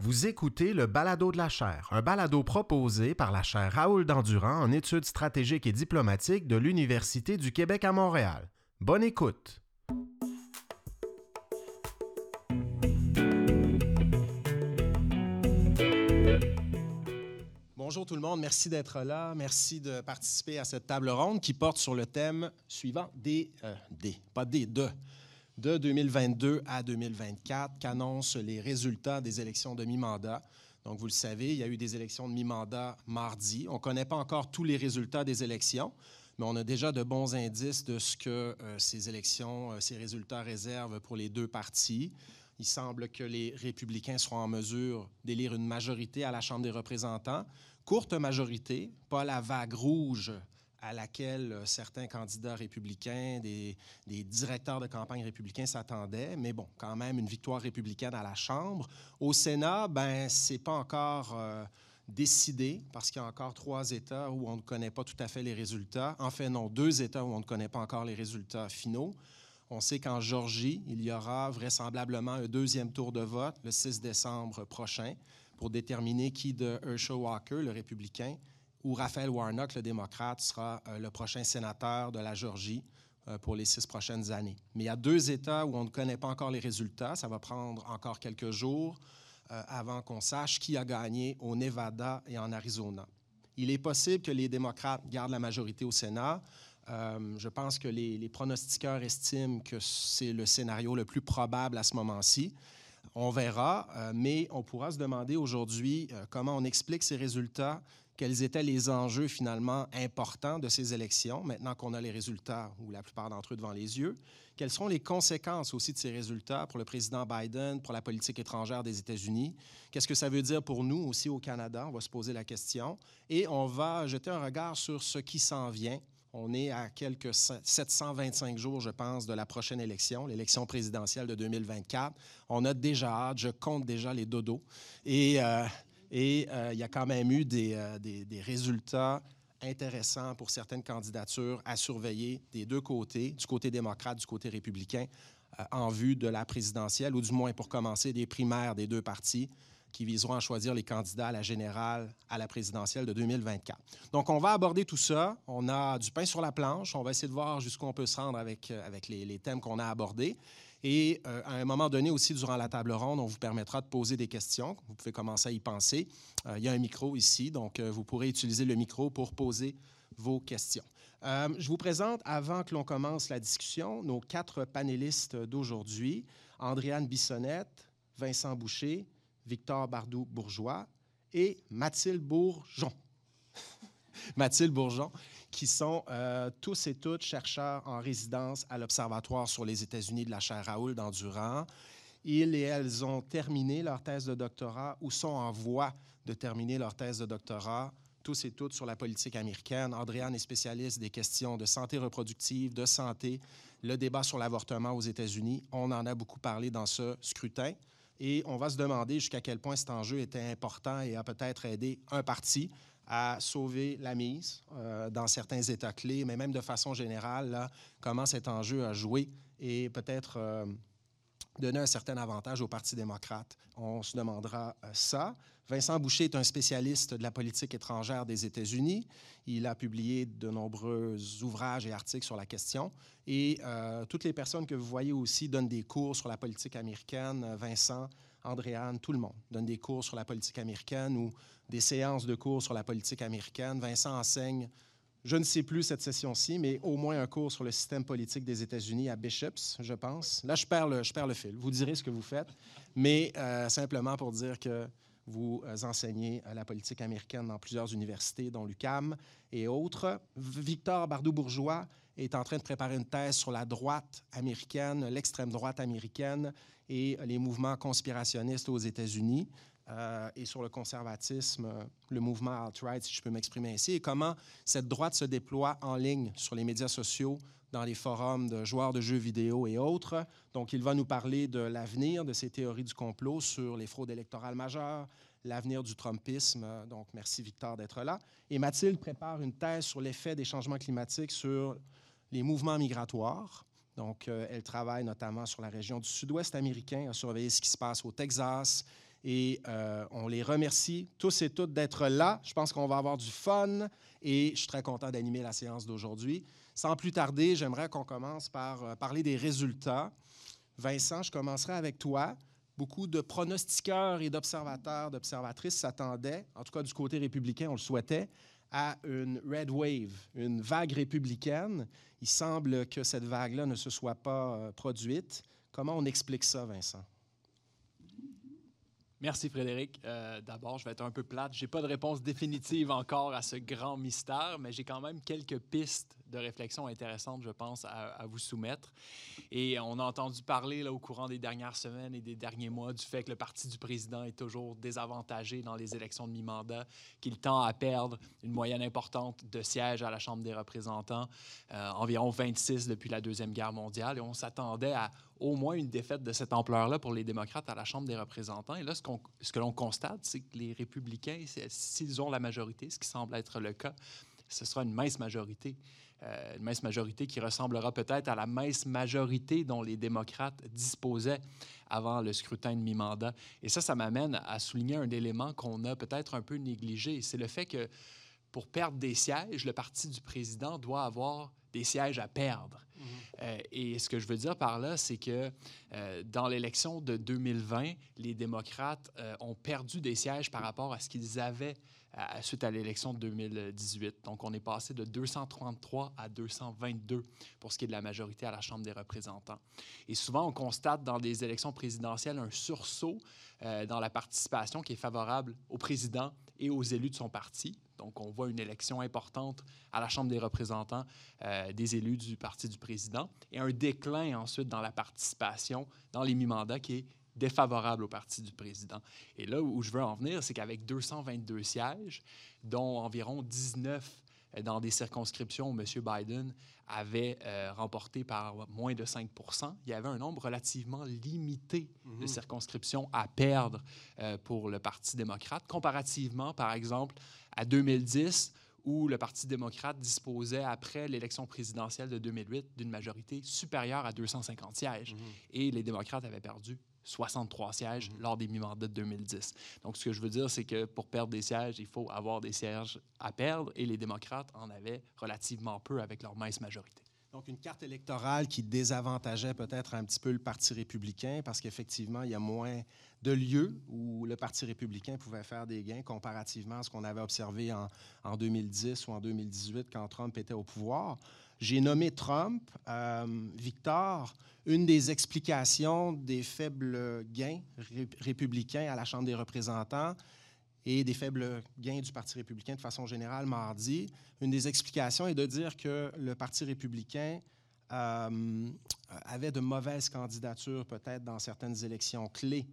Vous écoutez le Balado de la chaire, un balado proposé par la chaire Raoul Dandurand en études stratégiques et diplomatiques de l'Université du Québec à Montréal. Bonne écoute! Bonjour tout le monde, merci d'être là. Merci de participer à cette table ronde qui porte sur le thème suivant de 2022 à 2024, qu'annoncent les résultats des élections de mi-mandat. Donc, vous le savez, il y a eu des élections de mi-mandat mardi. On ne connaît pas encore tous les résultats des élections, mais on a déjà de bons indices de ce que ces élections, ces résultats réservent pour les deux partis. Il semble que les républicains seront en mesure d'élire une majorité à la Chambre des représentants. Courte majorité, pas la vague rouge à laquelle certains candidats républicains, des directeurs de campagne républicains s'attendaient, mais bon, quand même une victoire républicaine à la Chambre. Au Sénat, c'est pas encore décidé parce qu'il y a encore 3 États où on ne connaît pas tout à fait les résultats. En fait, non, 2 États où on ne connaît pas encore les résultats finaux. On sait qu'en Georgie, il y aura vraisemblablement un 2e tour de vote le 6 décembre prochain pour déterminer qui de Herschel Walker, le républicain, ou Raphaël Warnock, le démocrate, sera le prochain sénateur de la Géorgie pour les 6 prochaines années. Mais il y a 2 États où on ne connaît pas encore les résultats. Ça va prendre encore quelques jours avant qu'on sache qui a gagné au Nevada et en Arizona. Il est possible que les démocrates gardent la majorité au Sénat. Je pense que les pronostiqueurs estiment que c'est le scénario le plus probable à ce moment-ci. On verra, mais on pourra se demander aujourd'hui comment on explique ces résultats, quels étaient les enjeux finalement importants de ces élections, maintenant qu'on a les résultats, ou la plupart d'entre eux devant les yeux. Quelles seront les conséquences aussi de ces résultats pour le président Biden, pour la politique étrangère des États-Unis? Qu'est-ce que ça veut dire pour nous aussi au Canada? On va se poser la question. Et on va jeter un regard sur ce qui s'en vient. On est à quelques 725 jours, je pense, de la prochaine élection, l'élection présidentielle de 2024. On a déjà hâte, je compte déjà les dodos. Et il y a quand même eu des résultats intéressants pour certaines candidatures à surveiller des deux côtés, du côté démocrate, du côté républicain, en vue de la présidentielle, ou du moins pour commencer des primaires des deux partis qui viseront à choisir les candidats à la générale, à la présidentielle de 2024. Donc, on va aborder tout ça. On a du pain sur la planche. On va essayer de voir jusqu'où on peut se rendre avec les thèmes qu'on a abordés. Et à un moment donné aussi, durant la table ronde, on vous permettra de poser des questions. Vous pouvez commencer à y penser. Il y a un micro ici, donc vous pourrez utiliser le micro pour poser vos questions. Je vous présente, avant que l'on commence la discussion, nos 4 panélistes d'aujourd'hui. Andréane Bissonnette, Vincent Boucher, Victor Bardou-Bourgeois et Mathilde Bourgeon. Mathilde Bourgeon, qui sont tous et toutes chercheurs en résidence à l'Observatoire sur les États-Unis de la chaire Raoul Dandurand. Ils et elles ont terminé leur thèse de doctorat ou sont en voie de terminer leur thèse de doctorat, tous et toutes sur la politique américaine. Andréane est spécialiste des questions de santé reproductive, de santé, le débat sur l'avortement aux États-Unis. On en a beaucoup parlé dans ce scrutin. Et on va se demander jusqu'à quel point cet enjeu était important et a peut-être aidé un parti à sauver la mise dans certains États clés, mais même de façon générale, là, comment cet enjeu a joué et peut-être donner un certain avantage au Parti démocrate. On se demandera ça. Vincent Boucher est un spécialiste de la politique étrangère des États-Unis. Il a publié de nombreux ouvrages et articles sur la question. Et toutes les personnes que vous voyez aussi donnent des cours sur la politique américaine. Vincent, Andréane, tout le monde donne des cours sur la politique américaine ou des séances de cours sur la politique américaine. Vincent enseigne, je ne sais plus cette session-ci, mais au moins un cours sur le système politique des États-Unis à Bishops, je pense. Là, je perds le fil. Vous direz ce que vous faites, mais simplement pour dire que vous enseignez la politique américaine dans plusieurs universités, dont l'UQAM et autres. Victor Bardou-Bourgeois est en train de préparer une thèse sur la droite américaine, l'extrême droite américaine et les mouvements conspirationnistes aux États-Unis. Et sur le conservatisme, le mouvement alt-right, si je peux m'exprimer ainsi, et comment cette droite se déploie en ligne sur les médias sociaux, dans les forums de joueurs de jeux vidéo et autres. Donc, il va nous parler de l'avenir de ces théories du complot sur les fraudes électorales majeures, l'avenir du Trumpisme. Donc, merci Victor d'être là. Et Mathilde prépare une thèse sur l'effet des changements climatiques sur les mouvements migratoires. Donc, elle travaille notamment sur la région du sud-ouest américain, à surveiller ce qui se passe au Texas Et on les remercie tous et toutes d'être là. Je pense qu'on va avoir du fun et je suis très content d'animer la séance d'aujourd'hui. Sans plus tarder, j'aimerais qu'on commence par parler des résultats. Vincent, je commencerai avec toi. Beaucoup de pronostiqueurs et d'observateurs, d'observatrices s'attendaient, en tout cas du côté républicain, on le souhaitait, à une red wave, une vague républicaine. Il semble que cette vague-là ne se soit pas produite. Comment on explique ça, Vincent? Merci, Frédéric. D'abord, je vais être un peu plate. Je n'ai pas de réponse définitive encore à ce grand mystère, mais j'ai quand même quelques pistes de réflexion intéressantes, je pense, à vous soumettre. Et on a entendu parler là, au courant des dernières semaines et des derniers mois du fait que le parti du président est toujours désavantagé dans les élections de mi-mandat, qu'il tend à perdre une moyenne importante de sièges à la Chambre des représentants, environ 26 depuis la Deuxième Guerre mondiale. Et on s'attendait à au moins une défaite de cette ampleur-là pour les démocrates à la Chambre des représentants. Et là, ce que l'on constate, c'est que les républicains, s'ils ont la majorité, ce qui semble être le cas, ce sera une mince majorité. Une mince majorité qui ressemblera peut-être à la mince majorité dont les démocrates disposaient avant le scrutin de mi-mandat. Et ça m'amène à souligner un élément qu'on a peut-être un peu négligé. C'est le fait que pour perdre des sièges, le parti du président doit avoir des sièges à perdre. Et ce que je veux dire par là, c'est que dans l'élection de 2020, les démocrates ont perdu des sièges par rapport à ce qu'ils avaient suite à l'élection de 2018. Donc, on est passé de 233 à 222 pour ce qui est de la majorité à la Chambre des représentants. Et souvent, on constate dans des élections présidentielles un sursaut dans la participation qui est favorable au président et aux élus de son parti. Donc, on voit une élection importante à la Chambre des représentants des élus du parti du président et un déclin ensuite dans la participation dans les mi-mandats qui est défavorable au parti du président. Et là où je veux en venir, c'est qu'avec 222 sièges, dont environ 19 dans des circonscriptions où M. Biden avait remporté par moins de 5 %, il y avait un nombre relativement limité de circonscriptions à perdre pour le Parti démocrate, comparativement, par exemple, à 2010, où le Parti démocrate disposait, après l'élection présidentielle de 2008, d'une majorité supérieure à 250 sièges. Et les démocrates avaient perdu 63 sièges lors des mi-mandats de 2010. Donc, ce que je veux dire, c'est que pour perdre des sièges, il faut avoir des sièges à perdre et les démocrates en avaient relativement peu avec leur mince majorité. Donc, une carte électorale qui désavantageait peut-être un petit peu le Parti républicain parce qu'effectivement, il y a moins de lieux où le Parti républicain pouvait faire des gains comparativement à ce qu'on avait observé en 2010 ou en 2018 quand Trump était au pouvoir. J'ai nommé Trump. Victor, une des explications des faibles gains républicains à la Chambre des représentants et des faibles gains du Parti républicain de façon générale mardi, une des explications est de dire que le Parti républicain avait de mauvaises candidatures peut-être dans certaines élections clés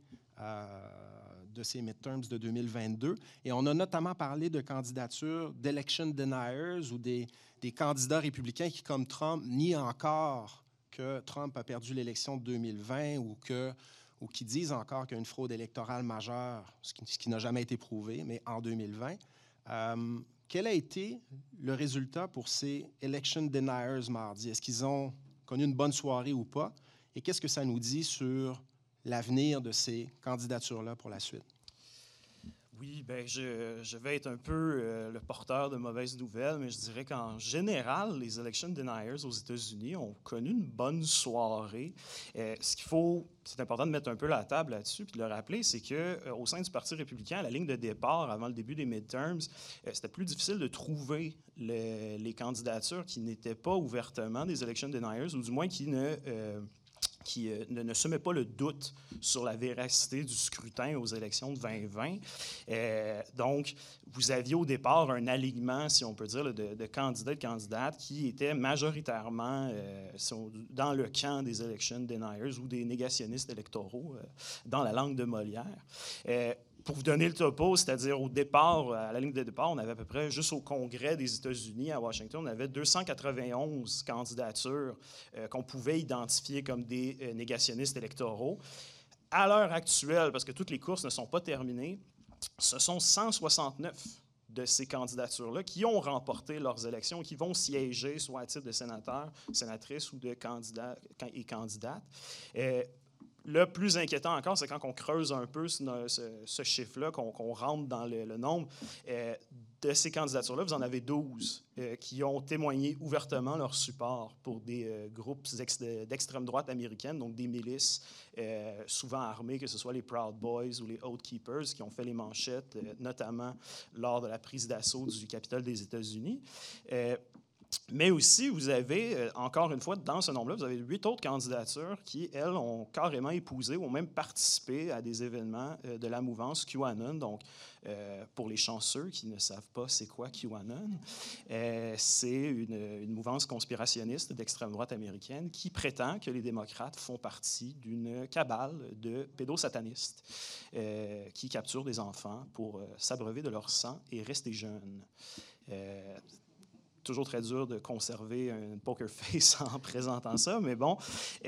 de ces midterms de 2022. Et on a notamment parlé de candidatures d'election deniers ou des candidats républicains qui, comme Trump, nient encore que Trump a perdu l'élection de 2020 ou qui disent encore qu'il y a une fraude électorale majeure, ce qui n'a jamais été prouvé, mais en 2020. Quel a été le résultat pour ces election deniers mardi? Est-ce qu'ils ont connu une bonne soirée ou pas? Et qu'est-ce que ça nous dit sur l'avenir de ces candidatures-là pour la suite? Oui, bien, je vais être un peu le porteur de mauvaises nouvelles, mais je dirais qu'en général, les election deniers aux États-Unis ont connu une bonne soirée. C'est important de mettre un peu la table là-dessus puis de le rappeler, c'est qu'au sein du Parti républicain, à la ligne de départ, avant le début des midterms, c'était plus difficile de trouver les candidatures qui n'étaient pas ouvertement des election deniers, ou du moins qui ne se met pas le doute sur la véracité du scrutin aux élections de 2020. Donc, vous aviez au départ un alignement, si on peut dire, de candidats et de candidates qui étaient majoritairement dans le camp des election deniers ou des négationnistes électoraux, dans la langue de Molière. Pour vous donner le topo, c'est-à-dire au départ, à la ligne de départ, on avait à peu près, juste au Congrès des États-Unis à Washington, on avait 291 candidatures qu'on pouvait identifier comme des négationnistes électoraux. À l'heure actuelle, parce que toutes les courses ne sont pas terminées, ce sont 169 de ces candidatures-là qui ont remporté leurs élections, qui vont siéger soit à titre de sénateurs, sénatrices ou de candidats et candidates. le plus inquiétant encore, c'est quand on creuse un peu ce chiffre-là, qu'on rentre dans le nombre. De ces candidatures-là, vous en avez 12 qui ont témoigné ouvertement leur support pour des groupes d'extrême droite américaine, donc des milices souvent armées, que ce soit les Proud Boys ou les Oath Keepers, qui ont fait les manchettes, notamment lors de la prise d'assaut du Capitole des États-Unis. Mais aussi, vous avez, encore une fois, dans ce nombre-là, vous avez 8 autres candidatures qui, elles, ont carrément épousé ou ont même participé à des événements de la mouvance QAnon. Donc, pour les chanceux qui ne savent pas c'est quoi QAnon, c'est une mouvance conspirationniste d'extrême droite américaine qui prétend que les démocrates font partie d'une cabale de pédosatanistes qui capturent des enfants pour s'abreuver de leur sang et rester jeunes. Toujours très dur de conserver un poker face en présentant ça, mais bon,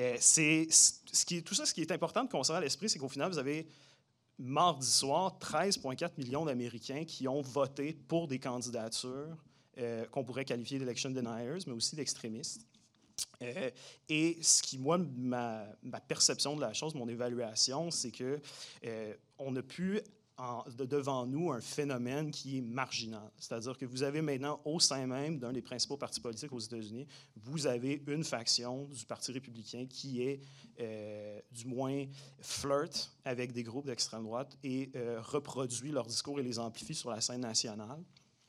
tout ça, ce qui est important de conserver à l'esprit, c'est qu'au final, vous avez mardi soir 13,4 millions d'Américains qui ont voté pour des candidatures qu'on pourrait qualifier d'election deniers, mais aussi d'extrémistes. Et ce qui, moi, ma perception de la chose, mon évaluation, c'est que on a pu devant nous un phénomène qui est marginal. C'est-à-dire que vous avez maintenant, au sein même d'un des principaux partis politiques aux États-Unis, vous avez une faction du Parti républicain qui est, du moins, flirt avec des groupes d'extrême droite et reproduit leurs discours et les amplifie sur la scène nationale.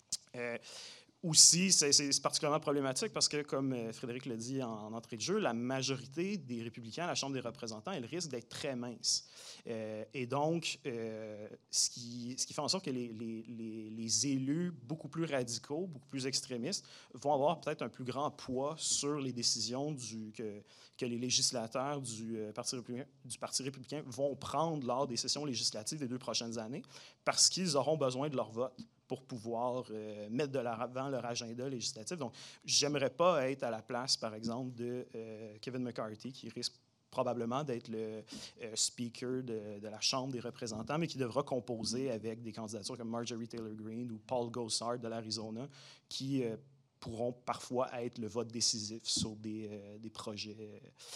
Aussi, c'est particulièrement problématique parce que, comme Frédéric l'a dit en entrée de jeu, la majorité des républicains à la Chambre des représentants, elle risque d'être très mince. Et donc, ce qui fait en sorte que les élus beaucoup plus radicaux, beaucoup plus extrémistes, vont avoir peut-être un plus grand poids sur les décisions que les législateurs du Parti républicain vont prendre lors des sessions législatives des 2 prochaines années parce qu'ils auront besoin de leur vote pour pouvoir mettre de l'avant leur agenda législatif. Donc, j'aimerais pas être à la place, par exemple, de Kevin McCarthy, qui risque probablement d'être le speaker de la Chambre des représentants, mais qui devra composer avec des candidatures comme Marjorie Taylor Greene ou Paul Gosar de l'Arizona, qui pourront parfois être le vote décisif sur des projets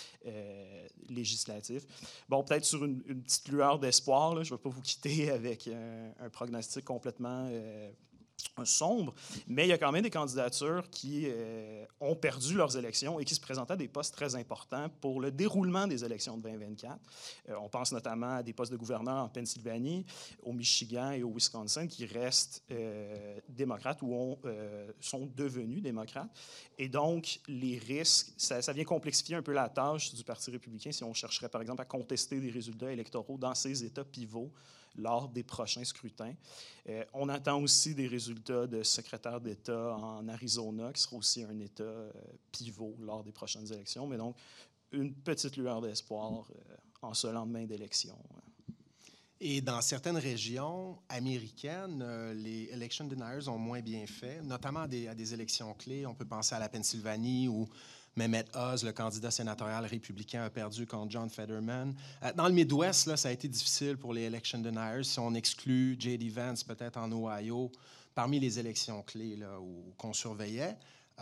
législatifs. Bon, peut-être sur une petite lueur d'espoir, là, je ne vais pas vous quitter avec un prognostic complètement sombre, mais il y a quand même des candidatures qui ont perdu leurs élections et qui se présentaient à des postes très importants pour le déroulement des élections de 2024. On pense notamment à des postes de gouverneur en Pennsylvanie, au Michigan et au Wisconsin qui restent démocrates ou sont devenus démocrates. Et donc, les risques, ça vient complexifier un peu la tâche du Parti républicain si on chercherait, par exemple, à contester des résultats électoraux dans ces États pivots lors des prochains scrutins. On attend aussi des résultats de secrétaire d'État en Arizona, qui sera aussi un État pivot lors des prochaines élections. Mais donc, une petite lueur d'espoir en ce lendemain d'élection. Et dans certaines régions américaines, les election deniers ont moins bien fait, notamment à des élections clés. On peut penser à la Pennsylvanie où Mehmet Oz, le candidat sénatorial républicain, a perdu contre John Fetterman. Dans le Midwest, là, ça a été difficile pour les election deniers. Si on exclut J.D. Vance, peut-être en Ohio, parmi les élections clés là, qu'on surveillait.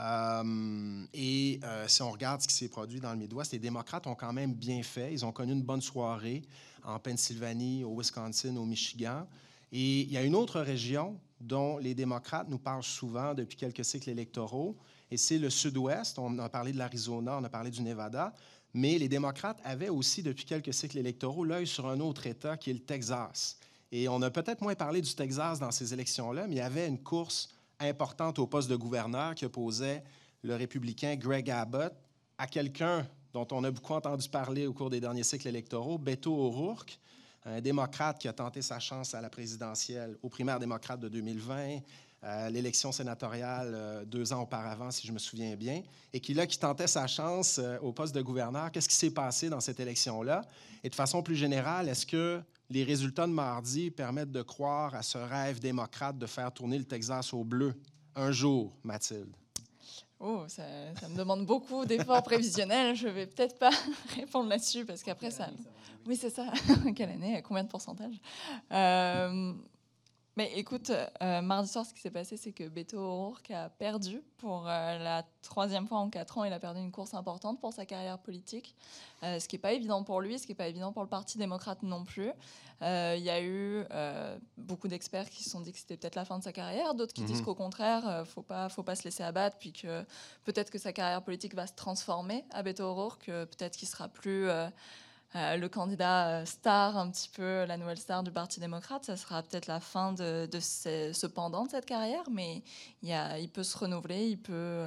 Si on regarde ce qui s'est produit dans le Midwest, les démocrates ont quand même bien fait. Ils ont connu une bonne soirée en Pennsylvanie, au Wisconsin, au Michigan. Et il y a une autre région dont les démocrates nous parlent souvent depuis quelques cycles électoraux, et c'est le Sud-Ouest. On a parlé de l'Arizona, on a parlé du Nevada, mais les démocrates avaient aussi, depuis quelques cycles électoraux, l'œil sur un autre État qui est le Texas. Et on a peut-être moins parlé du Texas dans ces élections-là, mais il y avait une course importante au poste de gouverneur qui opposait le républicain Greg Abbott à quelqu'un dont on a beaucoup entendu parler au cours des derniers cycles électoraux, Beto O'Rourke, un démocrate qui a tenté sa chance à la présidentielle, aux primaires démocrates de 2020, l'élection sénatoriale 2 ans auparavant, si je me souviens bien, et qui tentait sa chance au poste de gouverneur. Qu'est-ce qui s'est passé dans cette élection-là? Et de façon plus générale, est-ce que les résultats de mardi permettent de croire à ce rêve démocrate de faire tourner le Texas au bleu un jour, Mathilde? Oh, ça me demande beaucoup d'efforts prévisionnels. Je ne vais peut-être pas répondre là-dessus parce qu'après ça... Oui, c'est ça. Quelle année? Combien de pourcentage? Mais écoute, mardi soir, ce qui s'est passé, c'est que Beto O'Rourke a perdu pour la 3e fois en 4 ans. Il a perdu une course importante pour sa carrière politique, ce qui n'est pas évident pour lui, ce qui n'est pas évident pour le Parti démocrate non plus. Il y a eu beaucoup d'experts qui se sont dit que c'était peut-être la fin de sa carrière, d'autres qui disent qu'au contraire, faut pas se laisser abattre, puis que peut-être que sa carrière politique va se transformer à Beto O'Rourke, peut-être qu'il sera plus... le candidat star, un petit peu la nouvelle star du Parti démocrate. Ça sera peut-être la fin de ce pendant de cette carrière, mais il peut se renouveler.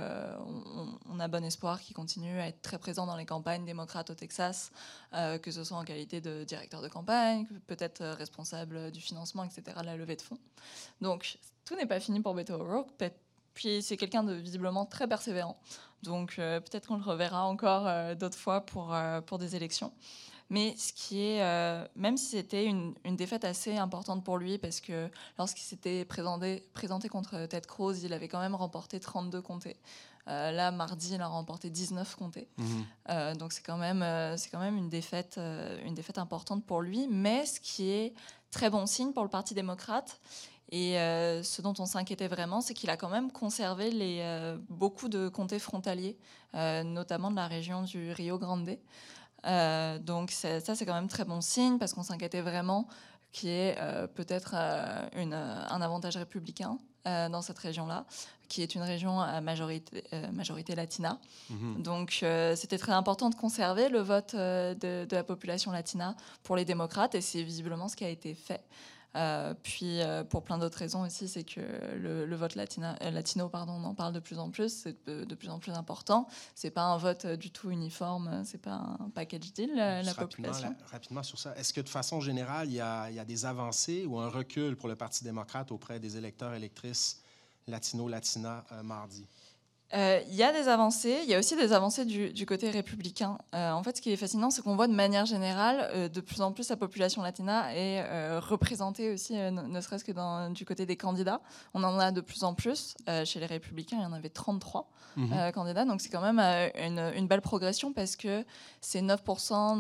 On a bon espoir qu'il continue à être très présent dans les campagnes démocrates au Texas, que ce soit en qualité de directeur de campagne, peut-être responsable du financement, etc., de la levée de fonds. Donc, tout n'est pas fini pour Beto O'Rourke. Puis c'est quelqu'un de visiblement très persévérant. Donc, peut-être qu'on le reverra encore d'autres fois pour des élections. Mais ce qui est, même si c'était une défaite assez importante pour lui, parce que lorsqu'il s'était présenté contre Ted Cruz, il avait quand même remporté 32 comtés. Là, mardi, il a remporté 19 comtés. Donc c'est quand même une défaite importante pour lui. Mais ce qui est très bon signe pour le Parti démocrate, et ce dont on s'inquiétait vraiment, c'est qu'il a quand même conservé beaucoup de comtés frontaliers, notamment de la région du Rio Grande. Donc ça, c'est quand même très bon signe, parce qu'on s'inquiétait vraiment qu'il y ait peut-être un avantage républicain dans cette région-là, qui est une région à majorité latina. Donc c'était très important de conserver le vote de la population latina pour les démocrates, et c'est visiblement ce qui a été fait. Puis pour plein d'autres raisons aussi, c'est que le vote latino, on en parle de plus en plus, c'est de plus en plus important. C'est pas un vote du tout uniforme, c'est pas un package deal, la population. Rapidement sur ça, est-ce que de façon générale, il y a des avancées ou un recul pour le Parti démocrate auprès des électeurs et électrices latino-latina mardi? Il y a des avancées, il y a aussi des avancées du côté républicain. En fait, ce qui est fascinant, c'est qu'on voit de manière générale, de plus en plus la population latina est représentée aussi, ne serait-ce que du côté des candidats. On en a de plus en plus. Chez les républicains, il y en avait 33 candidats, donc c'est quand même une belle progression, parce que c'est 9%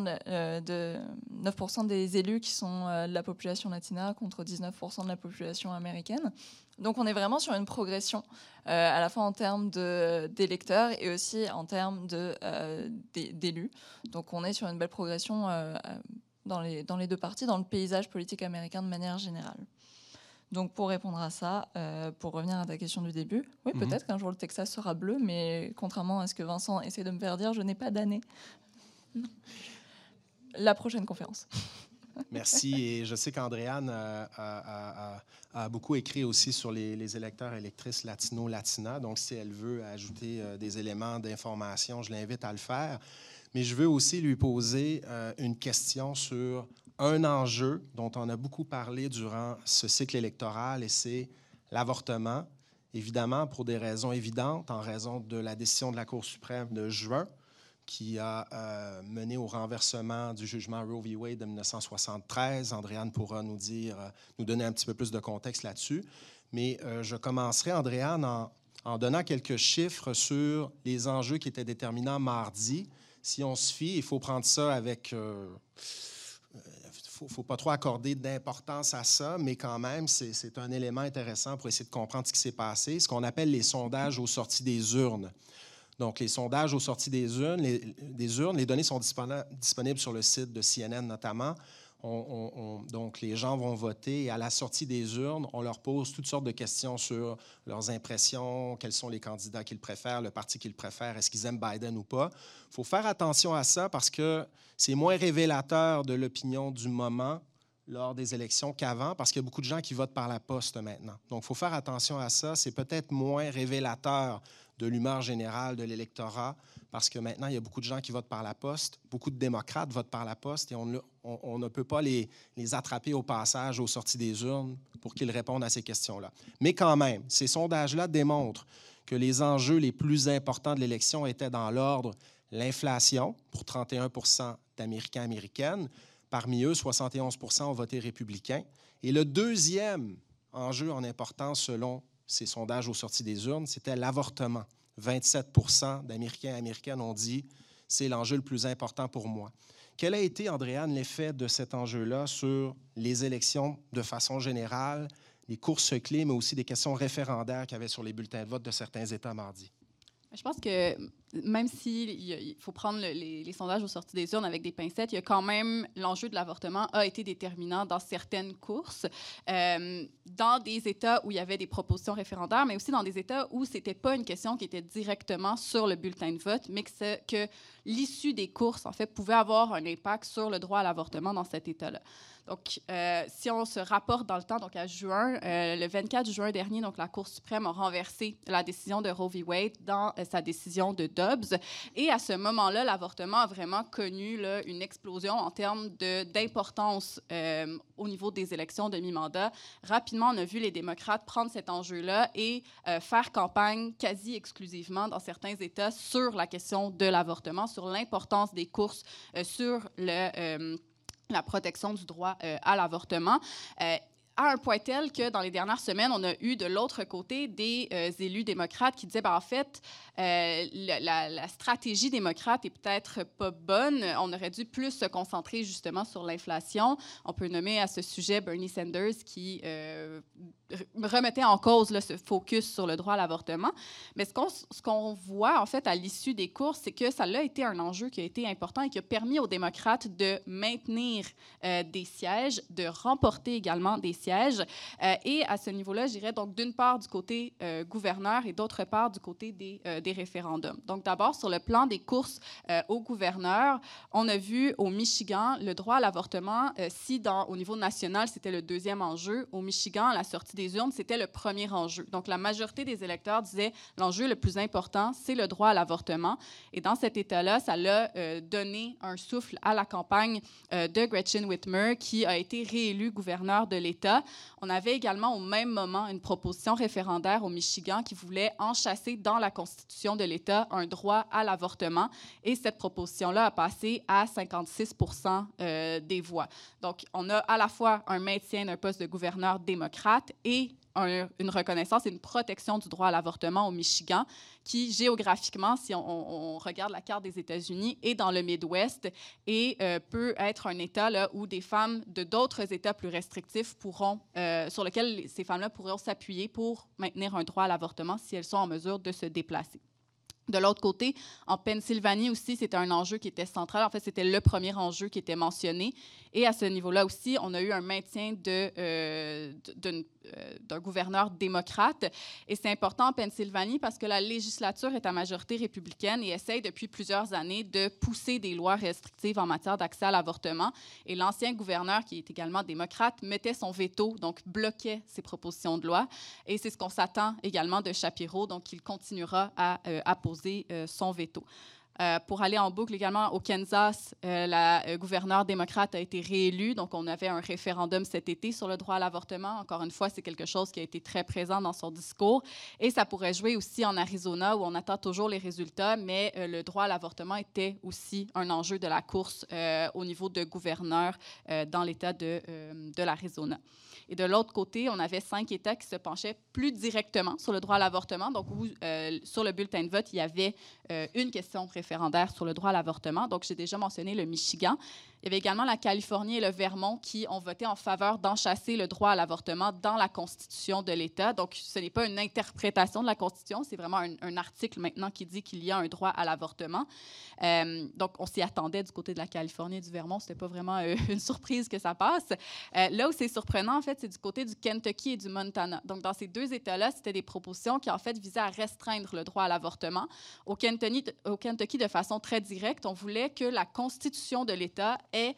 des élus qui sont de la population latina contre 19% de la population américaine. Donc on est vraiment sur une progression, à la fois en termes d'électeurs et aussi en termes d'élus. Donc on est sur une belle progression dans les deux parties, dans le paysage politique américain de manière générale. Donc pour répondre à ça, pour revenir à ta question du début, oui, peut-être qu'un jour le Texas sera bleu, mais contrairement à ce que Vincent essaie de me faire dire, je n'ai pas d'année. La prochaine conférence. Merci. Et je sais qu'Andréane a beaucoup écrit aussi sur les électeurs et électrices latino-latina. Donc, si elle veut ajouter des éléments d'information, je l'invite à le faire. Mais je veux aussi lui poser une question sur un enjeu dont on a beaucoup parlé durant ce cycle électoral, et c'est l'avortement. Évidemment, pour des raisons évidentes, en raison de la décision de la Cour suprême de juin, qui a mené au renversement du jugement Roe v. Wade de 1973. Andréane pourra nous donner un petit peu plus de contexte là-dessus. Mais je commencerai, Andréane, en donnant quelques chiffres sur les enjeux qui étaient déterminants mardi. Si on se fie, il faut prendre ça avec... faut pas trop accorder d'importance à ça, mais quand même, c'est un élément intéressant pour essayer de comprendre ce qui s'est passé, ce qu'on appelle les sondages aux sorties des urnes. Donc, les sondages aux sorties des urnes, les données sont disponibles sur le site de CNN notamment. Donc, les gens vont voter, et à la sortie des urnes, on leur pose toutes sortes de questions sur leurs impressions, quels sont les candidats qu'ils préfèrent, le parti qu'ils préfèrent, est-ce qu'ils aiment Biden ou pas. Il faut faire attention à ça, parce que c'est moins révélateur de l'opinion du moment lors des élections qu'avant, parce qu'il y a beaucoup de gens qui votent par la poste maintenant. Donc, il faut faire attention à ça. C'est peut-être moins révélateur de l'humeur générale de l'électorat, parce que maintenant, il y a beaucoup de gens qui votent par la poste. Beaucoup de démocrates votent par la poste, et on ne peut pas les attraper au passage aux sorties des urnes pour qu'ils répondent à ces questions-là. Mais quand même, ces sondages-là démontrent que les enjeux les plus importants de l'élection étaient dans l'ordre: l'inflation, pour 31 % d'Américains et Américaines. Parmi eux, 71 % ont voté républicain. Et le deuxième enjeu en importance, selon ces sondages aux sorties des urnes, c'était l'avortement. 27 % d'Américains et Américaines ont dit « c'est l'enjeu le plus important pour moi ». Quel a été, Andréane, l'effet de cet enjeu-là sur les élections de façon générale, courses clés, mais aussi des questions référendaires qu'il y avait sur les bulletins de vote de certains États mardi. Je pense que même s'il faut prendre les sondages aux sorties des urnes avec des pincettes, il y a quand même l'enjeu de l'avortement a été déterminant dans certaines courses, dans des États où il y avait des propositions référendaires, mais aussi dans des États où c'était pas une question qui était directement sur le bulletin de vote, mais que l'issue des courses, en fait, pouvait avoir un impact sur le droit à l'avortement dans cet État-là. Donc, si on se rapporte dans le temps, donc à juin, le 24 juin dernier, donc la Cour suprême a renversé la décision de Roe v. Wade dans sa décision de Dobbs. Et à ce moment-là, l'avortement a vraiment connu là, une explosion en termes d'importance au niveau des élections de mi-mandat. Rapidement, on a vu les démocrates prendre cet enjeu-là et faire campagne quasi exclusivement dans certains États sur la question de l'avortement, sur l'importance des courses, sur la protection du droit à l'avortement. À un point tel que dans les dernières semaines, on a eu de l'autre côté des élus démocrates qui disaient, en fait, la stratégie démocrate est peut-être pas bonne. On aurait dû plus se concentrer justement sur l'inflation. On peut nommer à ce sujet Bernie Sanders qui remettait en cause là, ce focus sur le droit à l'avortement. Mais ce qu'on voit en fait à l'issue des courses, c'est que ça a été un enjeu qui a été important et qui a permis aux démocrates de maintenir des sièges, de remporter également des sièges. Et à ce niveau-là, je dirais donc d'une part du côté gouverneur et d'autre part du côté des référendums. Donc d'abord, sur le plan des courses au gouverneur, on a vu au Michigan le droit à l'avortement, si au niveau national, c'était le deuxième enjeu, au Michigan, à la sortie des urnes, c'était le premier enjeu. Donc la majorité des électeurs disaient l'enjeu le plus important, c'est le droit à l'avortement. Et dans cet État-là, ça l'a donné un souffle à la campagne de Gretchen Whitmer, qui a été réélue gouverneur de l'État. On avait également au même moment une proposition référendaire au Michigan qui voulait enchasser dans la Constitution de l'État un droit à l'avortement. Et cette proposition-là a passé à 56 % des voix. Donc, on a à la fois un maintien d'un poste de gouverneur démocrate et une reconnaissance et une protection du droit à l'avortement au Michigan, qui géographiquement, si on regarde la carte des États-Unis, est dans le Midwest et peut être un État là, où des femmes de d'autres États plus restrictifs sur lesquels ces femmes-là pourront s'appuyer pour maintenir un droit à l'avortement si elles sont en mesure de se déplacer. De l'autre côté, en Pennsylvanie aussi, c'était un enjeu qui était central. En fait, c'était le premier enjeu qui était mentionné. Et à ce niveau-là aussi, on a eu un maintien d'un gouverneur démocrate. Et c'est important en Pennsylvanie parce que la législature est à majorité républicaine et essaye depuis plusieurs années de pousser des lois restrictives en matière d'accès à l'avortement. Et l'ancien gouverneur, qui est également démocrate, mettait son veto, donc bloquait ces propositions de loi. Et c'est ce qu'on s'attend également de Shapiro, donc il continuera à poser son veto. Pour aller en boucle également, au Kansas, la gouverneure démocrate a été réélue. Donc, on avait un référendum cet été sur le droit à l'avortement. Encore une fois, c'est quelque chose qui a été très présent dans son discours. Et ça pourrait jouer aussi en Arizona, où on attend toujours les résultats, mais le droit à l'avortement était aussi un enjeu de la course au niveau de gouverneur dans l'État de l'Arizona. Et de l'autre côté, on avait 5 États qui se penchaient plus directement sur le droit à l'avortement. Donc, où, sur le bulletin de vote, il y avait une question référendaire sur le droit à l'avortement. Donc, j'ai déjà mentionné le Michigan. Il y avait également la Californie et le Vermont qui ont voté en faveur d'enchasser le droit à l'avortement dans la Constitution de l'État. Donc, ce n'est pas une interprétation de la Constitution, c'est vraiment un article maintenant qui dit qu'il y a un droit à l'avortement. Donc, on s'y attendait du côté de la Californie et du Vermont. Ce n'était pas vraiment une surprise que ça passe. Là où c'est surprenant, en fait, c'est du côté du Kentucky et du Montana. Donc, dans ces 2 États-là, c'était des propositions qui, en fait, visaient à restreindre le droit à l'avortement. Au Kentucky, de façon très directe, on voulait que la Constitution de l'État ait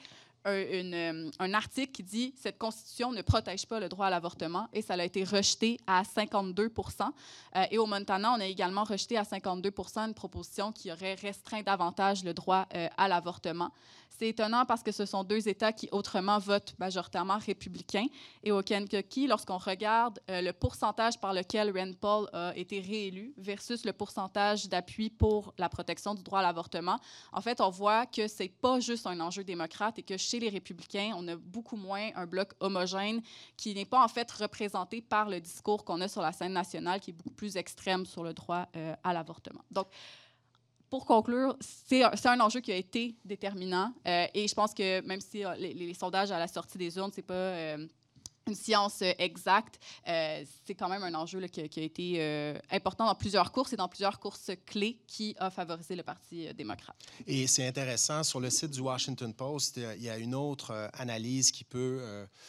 un article qui dit « Cette Constitution ne protège pas le droit à l'avortement » et ça a été rejeté à 52 %. Et au Montana, on a également rejeté à 52 % une proposition qui aurait restreint davantage le droit à l'avortement. C'est étonnant parce que ce sont 2 États qui autrement votent majoritairement républicains. Et au Kentucky, lorsqu'on regarde le pourcentage par lequel Rand Paul a été réélu versus le pourcentage d'appui pour la protection du droit à l'avortement, en fait, on voit que ce n'est pas juste un enjeu démocrate et que chez les républicains, on a beaucoup moins un bloc homogène qui n'est pas en fait représenté par le discours qu'on a sur la scène nationale qui est beaucoup plus extrême sur le droit à l'avortement. Donc, pour conclure, c'est un enjeu qui a été déterminant et je pense que même si les sondages à la sortie des urnes, c'est pas une science exacte. C'est quand même un enjeu là, qui a été important dans plusieurs courses et dans plusieurs courses clés qui a favorisé le Parti démocrate. Et c'est intéressant, sur le site du Washington Post, il y a une autre analyse qui peut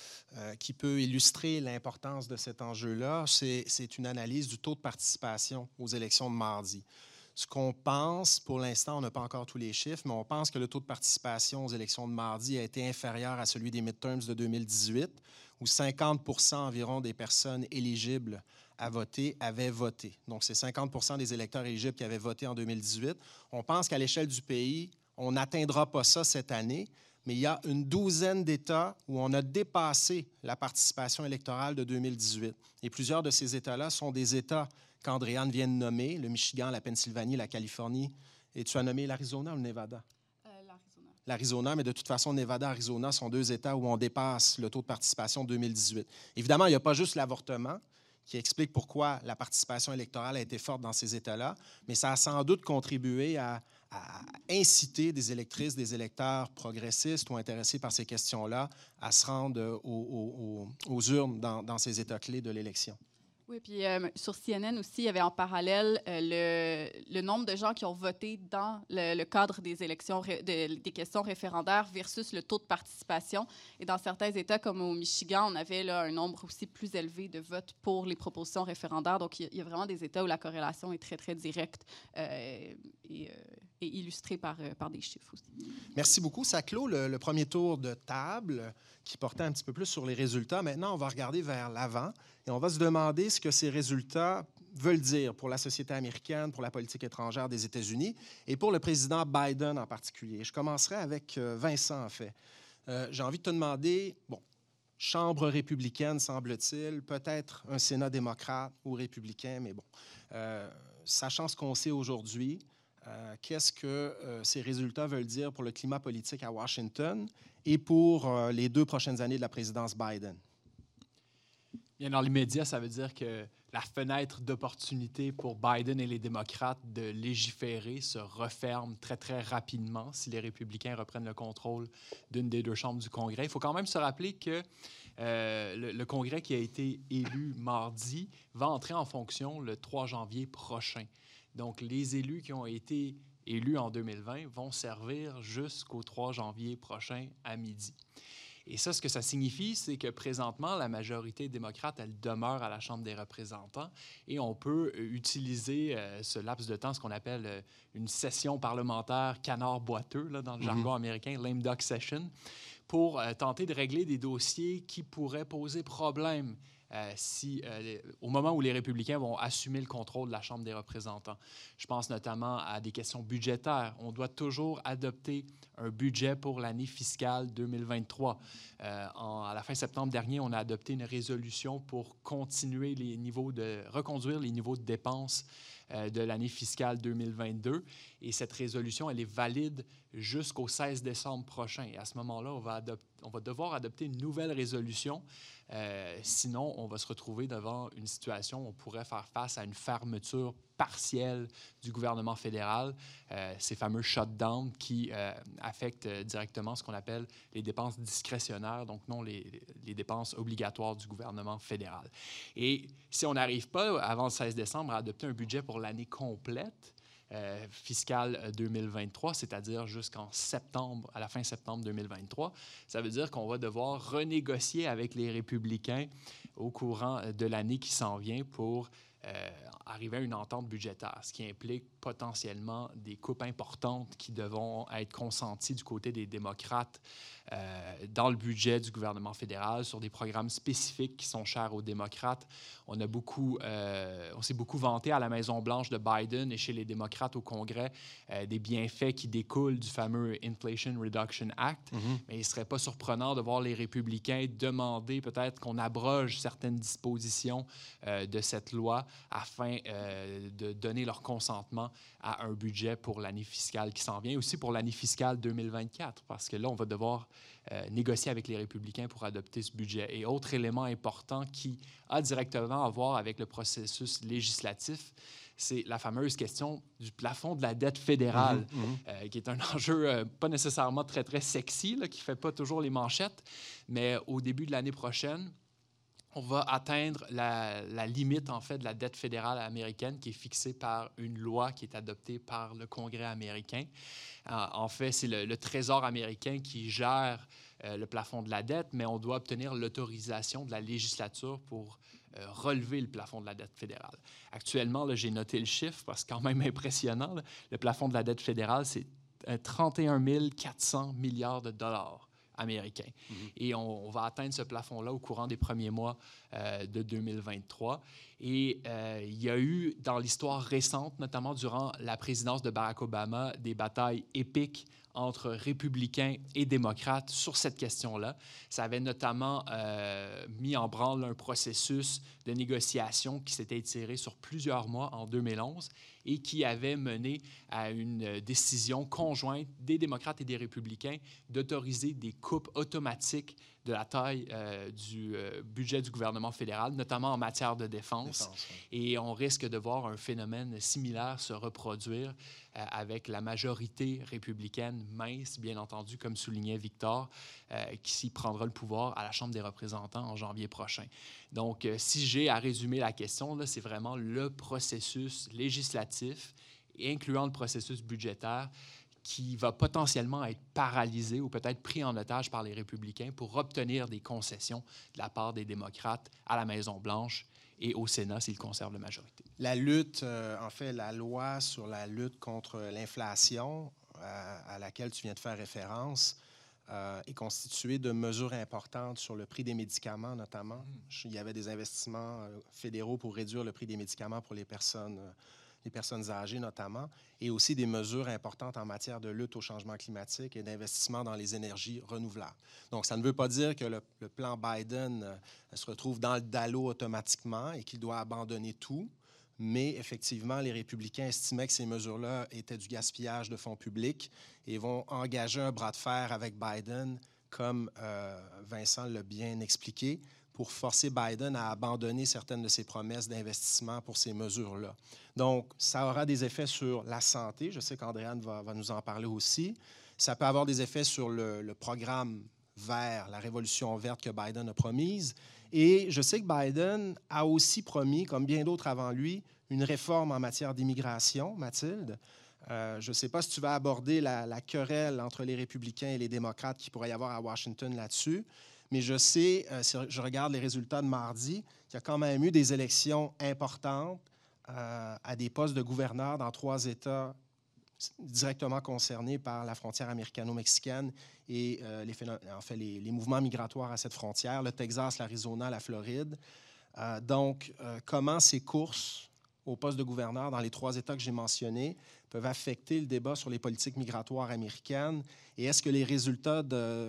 illustrer l'importance de cet enjeu-là. C'est une analyse du taux de participation aux élections de mardi. Ce qu'on pense, pour l'instant, on n'a pas encore tous les chiffres, mais on pense que le taux de participation aux élections de mardi a été inférieur à celui des midterms de 2018, où 50 % environ des personnes éligibles à voter avaient voté. Donc, c'est 50 % des électeurs éligibles qui avaient voté en 2018. On pense qu'à l'échelle du pays, on n'atteindra pas ça cette année, mais il y a une douzaine d'États où on a dépassé la participation électorale de 2018. Et plusieurs de ces États-là sont des États qu'Andréane vient de nommer, le Michigan, la Pennsylvanie, la Californie. Et tu as nommé l'Arizona ou le Nevada? L'Arizona, mais de toute façon, Nevada et Arizona sont deux États où on dépasse le taux de participation de 2018. Évidemment, il n'y a pas juste l'avortement qui explique pourquoi la participation électorale a été forte dans ces États-là, mais ça a sans doute contribué à inciter des électrices, des électeurs progressistes ou intéressés par ces questions-là à se rendre aux urnes dans ces États clés de l'élection. Oui, puis sur CNN aussi, il y avait en parallèle le nombre de gens qui ont voté dans le cadre des élections, des questions référendaires versus le taux de participation. Et dans certains États, comme au Michigan, on avait là, un nombre aussi plus élevé de votes pour les propositions référendaires. Donc, il y a vraiment des États où la corrélation est très, très directe et illustrée par des chiffres aussi. Merci beaucoup. Ça clôt le premier tour de table qui portait un petit peu plus sur les résultats. Maintenant, on va regarder vers l'avant et on va se demander ce que ces résultats veulent dire pour la société américaine, pour la politique étrangère des États-Unis et pour le président Biden en particulier. Je commencerai avec Vincent, en fait. J'ai envie de te demander, bon, Chambre républicaine, semble-t-il, peut-être un Sénat démocrate ou républicain, mais bon, sachant ce qu'on sait aujourd'hui, qu'est-ce que ces résultats veulent dire pour le climat politique à Washington et pour les 2 prochaines années de la présidence Biden? Bien, dans l'immédiat, ça veut dire que la fenêtre d'opportunité pour Biden et les démocrates de légiférer se referme très, très rapidement si les républicains reprennent le contrôle d'une des 2 chambres du Congrès. Il faut quand même se rappeler que le Congrès qui a été élu mardi va entrer en fonction le 3 janvier prochain. Donc, les élus qui ont été élus en 2020 vont servir jusqu'au 3 janvier prochain à midi. Et ça, ce que ça signifie, c'est que présentement, la majorité démocrate, elle demeure à la Chambre des représentants et on peut utiliser ce laps de temps, ce qu'on appelle une session parlementaire canard boiteux, là, dans le jargon américain, lame duck session, pour tenter de régler des dossiers qui pourraient poser problème au moment où les républicains vont assumer le contrôle de la Chambre des représentants. Je pense notamment à des questions budgétaires. On doit toujours adopter un budget pour l'année fiscale 2023. À la fin septembre dernier, on a adopté une résolution pour reconduire les niveaux de dépenses de l'année fiscale 2022. Et cette résolution, elle est valide jusqu'au 16 décembre prochain. Et à ce moment-là, on va devoir adopter une nouvelle résolution. Sinon, on va se retrouver devant une situation où on pourrait faire face à une fermeture partielle du gouvernement fédéral, ces fameux shutdowns qui affectent directement ce qu'on appelle les dépenses discrétionnaires, donc non les dépenses obligatoires du gouvernement fédéral. Et si on n'arrive pas, avant le 16 décembre, à adopter un budget pour l'année complète, fiscale 2023, c'est-à-dire jusqu'en septembre, à la fin septembre 2023. Ça veut dire qu'on va devoir renégocier avec les républicains au courant de l'année qui s'en vient pour arriver à une entente budgétaire, ce qui implique potentiellement des coupes importantes qui devront être consenties du côté des démocrates dans le budget du gouvernement fédéral sur des programmes spécifiques qui sont chers aux démocrates. On s'est beaucoup vanté à la Maison-Blanche de Biden et chez les démocrates au Congrès des bienfaits qui découlent du fameux Inflation Reduction Act. Mais il ne serait pas surprenant de voir les républicains demander peut-être qu'on abroge certaines dispositions de cette loi afin de donner leur consentement à un budget pour l'année fiscale qui s'en vient, aussi pour l'année fiscale 2024, parce que là, on va devoir négocier avec les républicains pour adopter ce budget. Et autre élément important qui a directement à voir avec le processus législatif, c'est la fameuse question du plafond de la dette fédérale, qui est un enjeu pas nécessairement très, très sexy, là, qui ne fait pas toujours les manchettes, mais au début de l'année prochaine, on va atteindre la limite, en fait, de la dette fédérale américaine qui est fixée par une loi qui est adoptée par le Congrès américain. En fait, c'est le Trésor américain qui gère le plafond de la dette, mais on doit obtenir l'autorisation de la législature pour relever le plafond de la dette fédérale. Actuellement, là, j'ai noté le chiffre parce que c'est quand même impressionnant. Là. Le plafond de la dette fédérale, c'est 31 400 milliards de dollars américains. Et on va atteindre ce plafond-là au courant des premiers mois de 2023. Et il y a eu, dans l'histoire récente, notamment durant la présidence de Barack Obama, des batailles épiques entre républicains et démocrates sur cette question-là. Ça avait notamment mis en branle un processus de négociation qui s'était étiré sur plusieurs mois en 2011 et qui avait mené à une décision conjointe des démocrates et des républicains d'autoriser des coupes automatiques de la taille du budget du gouvernement fédéral, notamment en matière de défense. Et on risque de voir un phénomène similaire se reproduire avec la majorité républicaine mince, bien entendu, comme soulignait Victor, qui prendra le pouvoir à la Chambre des représentants en janvier prochain. Donc, si j'ai à résumer la question, là, c'est vraiment le processus législatif, incluant le processus budgétaire, qui va potentiellement être paralysé ou peut-être pris en otage par les républicains pour obtenir des concessions de la part des démocrates à la Maison-Blanche et au Sénat s'ils conservent la majorité. La lutte, en fait, la loi sur la lutte contre l'inflation à laquelle tu viens de faire référence est constituée de mesures importantes sur le prix des médicaments, notamment. Il y avait des investissements fédéraux pour réduire le prix des médicaments pour les personnes âgées notamment, et aussi des mesures importantes en matière de lutte au changement climatique et d'investissement dans les énergies renouvelables. Donc, ça ne veut pas dire que le plan Biden se retrouve dans le DALO automatiquement et qu'il doit abandonner tout, mais effectivement, les républicains estimaient que ces mesures-là étaient du gaspillage de fonds publics et vont engager un bras de fer avec Biden, comme Vincent l'a bien expliqué, pour forcer Biden à abandonner certaines de ses promesses d'investissement pour ces mesures-là. Donc, ça aura des effets sur la santé. Je sais qu'Andréane va nous en parler aussi. Ça peut avoir des effets sur le programme vert, la révolution verte que Biden a promise. Et je sais que Biden a aussi promis, comme bien d'autres avant lui, une réforme en matière d'immigration, Mathilde. Je ne sais pas si tu vas aborder la querelle entre les républicains et les démocrates qu'il pourrait y avoir à Washington là-dessus. Mais je sais, si je regarde les résultats de mardi, qu'il y a quand même eu des élections importantes à des postes de gouverneurs dans 3 États directement concernés par la frontière américano-mexicaine et les mouvements migratoires à cette frontière, le Texas, l'Arizona, la Floride. Donc, comment ces courses au poste de gouverneur dans les 3 États que j'ai mentionnés peuvent affecter le débat sur les politiques migratoires américaines? Et est-ce que les résultats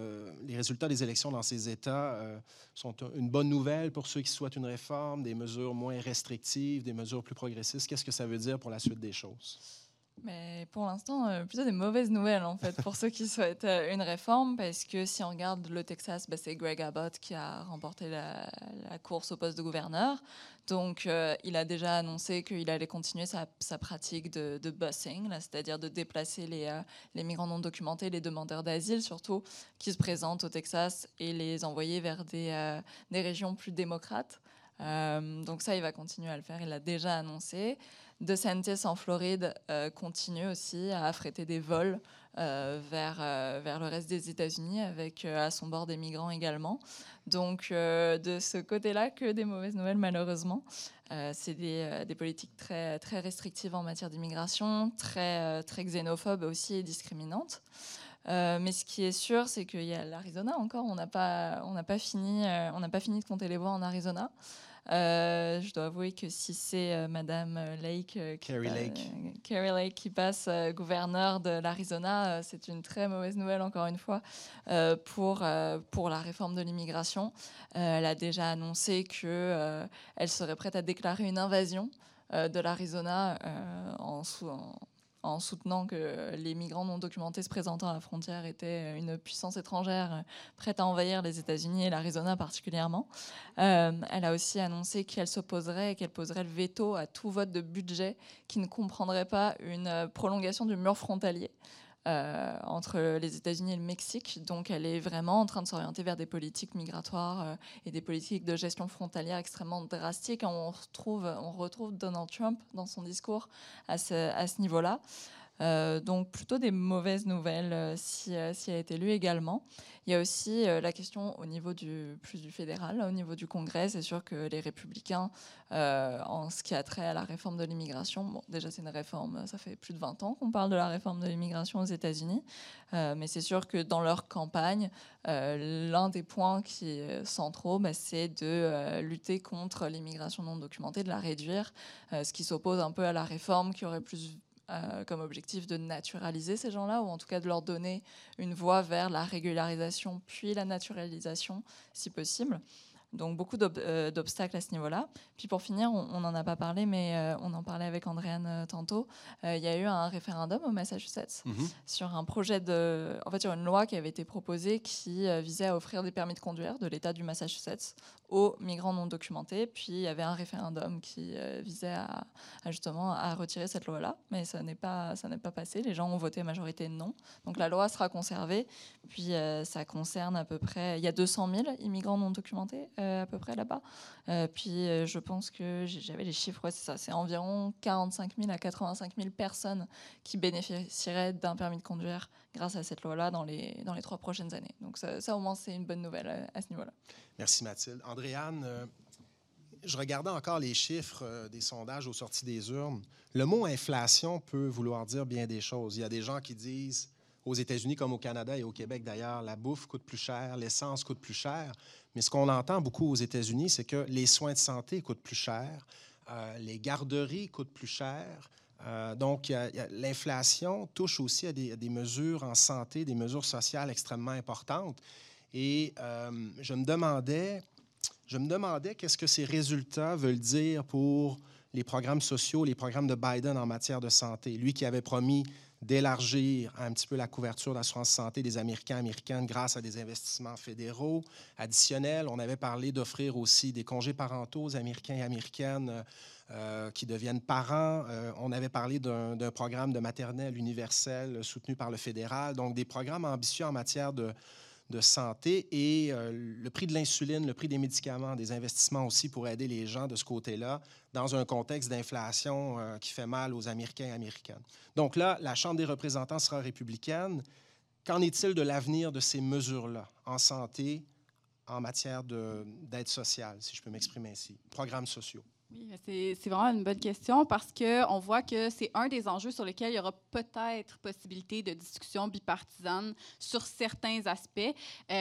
des élections dans ces États sont une bonne nouvelle pour ceux qui souhaitent une réforme, des mesures moins restrictives, des mesures plus progressistes? Qu'est-ce que ça veut dire pour la suite des choses? Mais pour l'instant, plutôt des mauvaises nouvelles, en fait, pour ceux qui souhaitent une réforme, parce que si on regarde le Texas, c'est Greg Abbott qui a remporté la course au poste de gouverneur. Donc, il a déjà annoncé qu'il allait continuer sa pratique de busing, c'est-à-dire de déplacer les migrants non documentés, les demandeurs d'asile surtout, qui se présentent au Texas et les envoyer vers des régions plus démocrates. Donc ça, il va continuer à le faire, il l'a déjà annoncé. DeSantis en Floride continue aussi à affréter des vols vers le reste des États-Unis avec à son bord des migrants également. Donc de ce côté-là, que des mauvaises nouvelles malheureusement. C'est des politiques très, très restrictives en matière d'immigration, très xénophobes aussi et discriminantes. Mais ce qui est sûr, c'est qu'il y a l'Arizona encore. On n'a pas fini de compter les voix en Arizona. Je dois avouer que si c'est Madame Lake, Carrie Lake qui passe gouverneur de l'Arizona, c'est une très mauvaise nouvelle encore une fois pour la réforme de l'immigration. Elle a déjà annoncé qu'elle serait prête à déclarer une invasion de l'Arizona en soutenant que les migrants non documentés se présentant à la frontière étaient une puissance étrangère prête à envahir les États-Unis et l'Arizona particulièrement. Elle a aussi annoncé qu'elle s'opposerait et qu'elle poserait le veto à tout vote de budget qui ne comprendrait pas une prolongation du mur frontalier. entre les États-Unis et le Mexique. Donc, elle est vraiment en train de s'orienter vers des politiques migratoires et des politiques de gestion frontalière extrêmement drastiques. On retrouve Donald Trump dans son discours à ce niveau-là. Donc plutôt des mauvaises nouvelles si elle est élue également. Il y a aussi la question au niveau du fédéral, au niveau du Congrès. C'est sûr que les républicains, en ce qui a trait à la réforme de l'immigration, bon, déjà c'est une réforme, ça fait plus de 20 ans qu'on parle de la réforme de l'immigration aux États-Unis, mais c'est sûr que dans leur campagne, l'un des points qui est centraux, c'est de lutter contre l'immigration non documentée, de la réduire, ce qui s'oppose un peu à la réforme qui aurait plus comme objectif de naturaliser ces gens-là, ou en tout cas de leur donner une voie vers la régularisation puis la naturalisation, si possible. Donc beaucoup d'obstacles à ce niveau-là. Puis pour finir, on n'en a pas parlé, mais on en parlait avec Andréane tantôt. Il y a eu un référendum au Massachusetts sur un projet sur une loi qui avait été proposée qui visait à offrir des permis de conduire de l'État du Massachusetts aux migrants non documentés. Puis il y avait un référendum qui visait justement à retirer cette loi-là, mais ça n'est pas passé. Les gens ont voté majorité non. Donc la loi sera conservée. Puis ça concerne à peu près, il y a 200 000 immigrants non documentés à peu près là-bas. Puis je pense que j'avais les chiffres, c'est ça, c'est environ 45 000 à 85 000 personnes qui bénéficieraient d'un permis de conduire grâce à cette loi-là dans les 3 prochaines années. Donc ça au moins, c'est une bonne nouvelle à ce niveau-là. Merci Mathilde. Andréane, je regardais encore les chiffres des sondages aux sorties des urnes. Le mot inflation peut vouloir dire bien des choses. Il y a des gens qui disent, aux États-Unis comme au Canada et au Québec d'ailleurs, la bouffe coûte plus cher, l'essence coûte plus cher. Mais ce qu'on entend beaucoup aux États-Unis, c'est que les soins de santé coûtent plus cher, les garderies coûtent plus cher. Donc, l'inflation touche aussi à des mesures en santé, des mesures sociales extrêmement importantes. Et je me demandais qu'est-ce que ces résultats veulent dire pour les programmes sociaux, les programmes de Biden en matière de santé. Lui qui avait promis d'élargir un petit peu la couverture d'assurance santé des Américains et Américaines grâce à des investissements fédéraux additionnels. On avait parlé d'offrir aussi des congés parentaux aux Américains et Américaines qui deviennent parents. On avait parlé d'un programme de maternelle universel soutenu par le fédéral. Donc, des programmes ambitieux en matière de santé et le prix de l'insuline, le prix des médicaments, des investissements aussi pour aider les gens de ce côté-là dans un contexte d'inflation qui fait mal aux Américains et Américaines. Donc là, la Chambre des représentants sera républicaine. Qu'en est-il de l'avenir de ces mesures-là en santé, en matière d'aide sociale, si je peux m'exprimer ainsi, programmes sociaux? Oui, c'est vraiment une bonne question parce qu'on voit que c'est un des enjeux sur lesquels il y aura peut-être possibilité de discussion bipartisane sur certains aspects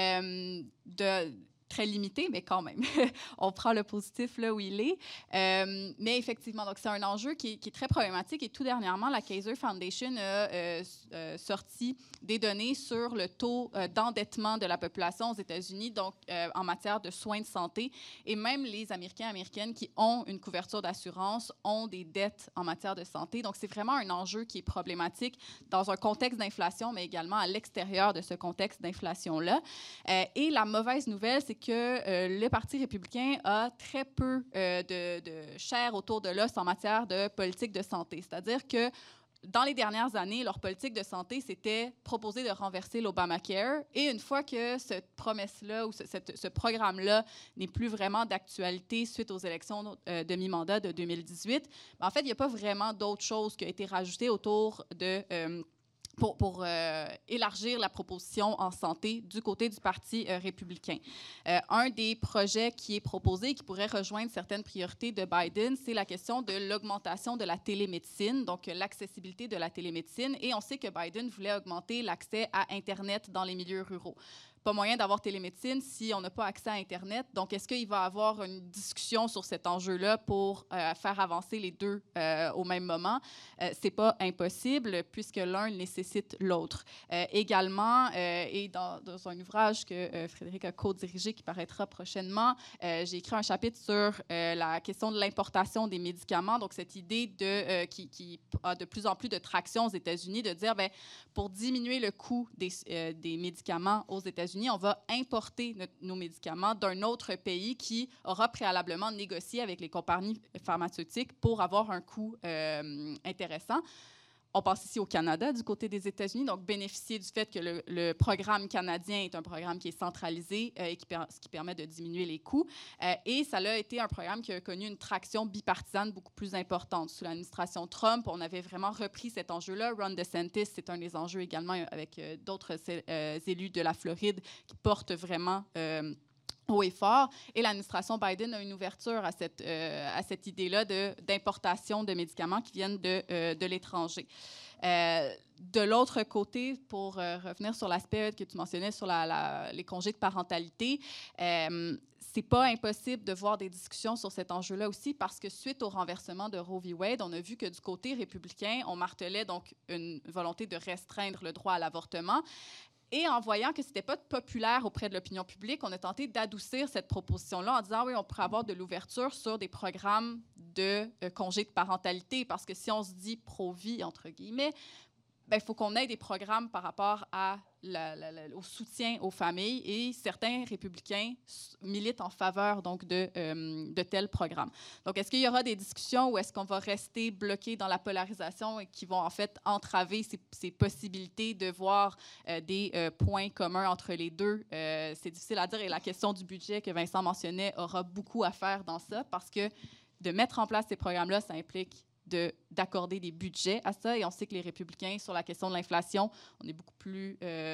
très limité, mais quand même, on prend le positif là où il est. Mais effectivement, donc c'est un enjeu qui est très problématique. Et tout dernièrement, la Kaiser Foundation a sorti des données sur le taux d'endettement de la population aux États-Unis, donc en matière de soins de santé. Et même les Américains et Américaines qui ont une couverture d'assurance ont des dettes en matière de santé. Donc c'est vraiment un enjeu qui est problématique dans un contexte d'inflation, mais également à l'extérieur de ce contexte d'inflation-là. Et la mauvaise nouvelle, c'est que le Parti républicain a très peu de chair autour de l'os en matière de politique de santé. C'est-à-dire que dans les dernières années, leur politique de santé, c'était proposer de renverser l'Obamacare. Et une fois que cette promesse-là ou ce programme-là n'est plus vraiment d'actualité suite aux élections de mi-mandat de 2018, en fait, il n'y a pas vraiment d'autre chose qui a été rajoutée autour de... pour élargir la proposition en santé du côté du Parti républicain. Un des projets qui est proposé, qui pourrait rejoindre certaines priorités de Biden, c'est la question de l'augmentation de la télémédecine, donc l'accessibilité de la télémédecine. Et on sait que Biden voulait augmenter l'accès à Internet dans les milieux ruraux. Pas moyen d'avoir télémédecine si on n'a pas accès à Internet. Donc, est-ce qu'il va y avoir une discussion sur cet enjeu-là pour faire avancer les deux au même moment? C'est pas impossible puisque l'un nécessite l'autre. Également, et dans un ouvrage que Frédéric a co-dirigé qui paraîtra prochainement, j'ai écrit un chapitre sur la question de l'importation des médicaments. Donc, cette idée qui a de plus en plus de traction aux États-Unis de dire, bien, pour diminuer le coût des médicaments aux États-Unis, on va importer nos médicaments d'un autre pays qui aura préalablement négocié avec les compagnies pharmaceutiques pour avoir un coût intéressant. On passe ici au Canada, du côté des États-Unis, donc bénéficier du fait que le programme canadien est un programme qui est centralisé et ce qui permet de diminuer les coûts. Et ça a été un programme qui a connu une traction bipartisane beaucoup plus importante. Sous l'administration Trump, on avait vraiment repris cet enjeu-là. Ron DeSantis, c'est un des enjeux également avec d'autres élus de la Floride qui portent vraiment haut et fort. Et l'administration Biden a une ouverture à cette idée-là d'importation de médicaments qui viennent de l'étranger. De l'autre côté, pour revenir sur l'aspect que tu mentionnais sur les congés de parentalité, c'est pas impossible de voir des discussions sur cet enjeu-là aussi parce que suite au renversement de Roe v. Wade, on a vu que du côté républicain, on martelait donc une volonté de restreindre le droit à l'avortement. Et en voyant que ce n'était pas populaire auprès de l'opinion publique, on a tenté d'adoucir cette proposition-là en disant, oui, on pourrait avoir de l'ouverture sur des programmes de congés de parentalité, parce que si on se dit pro-vie, entre guillemets, il faut qu'on ait des programmes par rapport au soutien aux familles, et certains républicains militent en faveur donc, de tels programmes. Donc, est-ce qu'il y aura des discussions ou est-ce qu'on va rester bloqué dans la polarisation et qui vont en fait entraver ces possibilités de voir des points communs entre les deux? C'est difficile à dire, et la question du budget que Vincent mentionnait aura beaucoup à faire dans ça, parce que de mettre en place ces programmes-là, ça implique d'accorder des budgets à ça. Et on sait que les républicains, sur la question de l'inflation, on est beaucoup plus...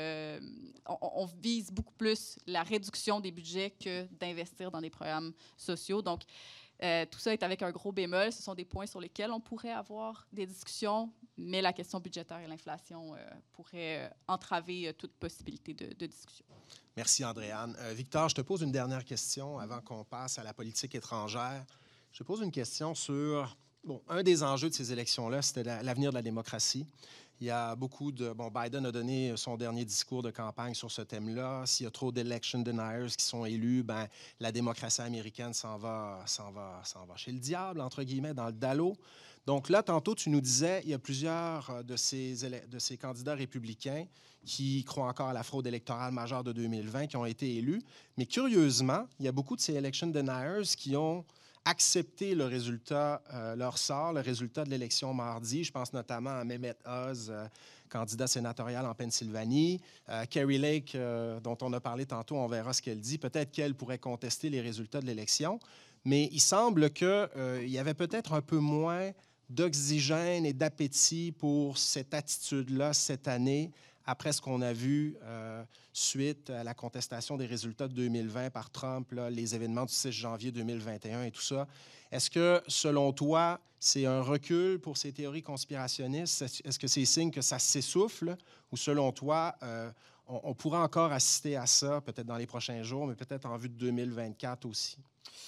on vise beaucoup plus la réduction des budgets que d'investir dans des programmes sociaux. Donc, tout ça est avec un gros bémol. Ce sont des points sur lesquels on pourrait avoir des discussions, mais la question budgétaire et l'inflation pourraient entraver toute possibilité de discussion. Merci, Andréane. Victor, je te pose une dernière question avant qu'on passe à la politique étrangère. Je te pose une question sur... Bon, un des enjeux de ces élections-là, c'était l'avenir de la démocratie. Il y a beaucoup de... Bon, Biden a donné son dernier discours de campagne sur ce thème-là. S'il y a trop d'election deniers qui sont élus, ben, la démocratie américaine s'en va chez le diable, entre guillemets, dans le dallo. Donc là, tantôt, tu nous disais, il y a plusieurs de ces candidats républicains qui croient encore à la fraude électorale majeure de 2020, qui ont été élus. Mais curieusement, il y a beaucoup de ces election deniers qui ont accepter le résultat, leur sort, le résultat de l'élection mardi. Je pense notamment à Mehmet Oz, candidat sénatorial en Pennsylvanie. Kari Lake, dont on a parlé tantôt, on verra ce qu'elle dit. Peut-être qu'elle pourrait contester les résultats de l'élection. Mais il semble qu'il y avait peut-être un peu moins d'oxygène et d'appétit pour cette attitude-là cette année, après ce qu'on a vu suite à la contestation des résultats de 2020 par Trump, là, les événements du 6 janvier 2021 et tout ça. Est-ce que, selon toi, c'est un recul pour ces théories conspirationnistes? Est-ce que c'est signe que ça s'essouffle? Ou selon toi, on pourra encore assister à ça, peut-être dans les prochains jours, mais peut-être en vue de 2024 aussi?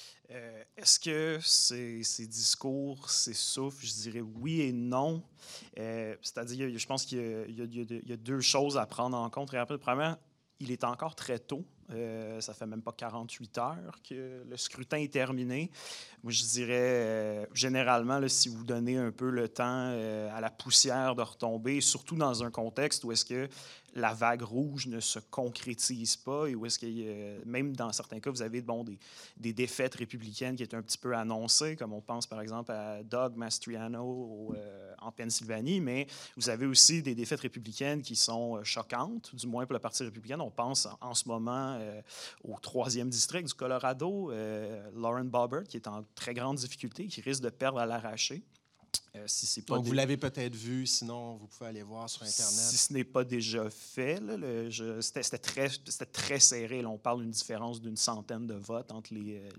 Est-ce que ces discours s'essoufflent? Je dirais oui et non. C'est-à-dire, je pense qu'il y a deux choses à prendre en compte. Premièrement, il est encore très tôt. Ça fait même pas 48 heures que le scrutin est terminé. Moi, je dirais, généralement, là, si vous donnez un peu le temps à la poussière de retomber, surtout dans un contexte où est-ce que la vague rouge ne se concrétise pas et où est-ce que, même dans certains cas, vous avez des défaites républicaines qui étaient un petit peu annoncées, comme on pense par exemple à Doug Mastriano en Pennsylvanie, mais vous avez aussi des défaites républicaines qui sont choquantes, du moins pour le Parti républicain. On pense en ce moment au 3e district du Colorado, Lauren Boebert, qui est en très grande difficulté, qui risque de perdre à l'arraché. Si c'est pas Donc, vous l'avez peut-être vu, sinon vous pouvez aller voir sur Internet. Si ce n'est pas déjà fait, c'était très serré. Là, on parle d'une différence d'une centaine de votes entre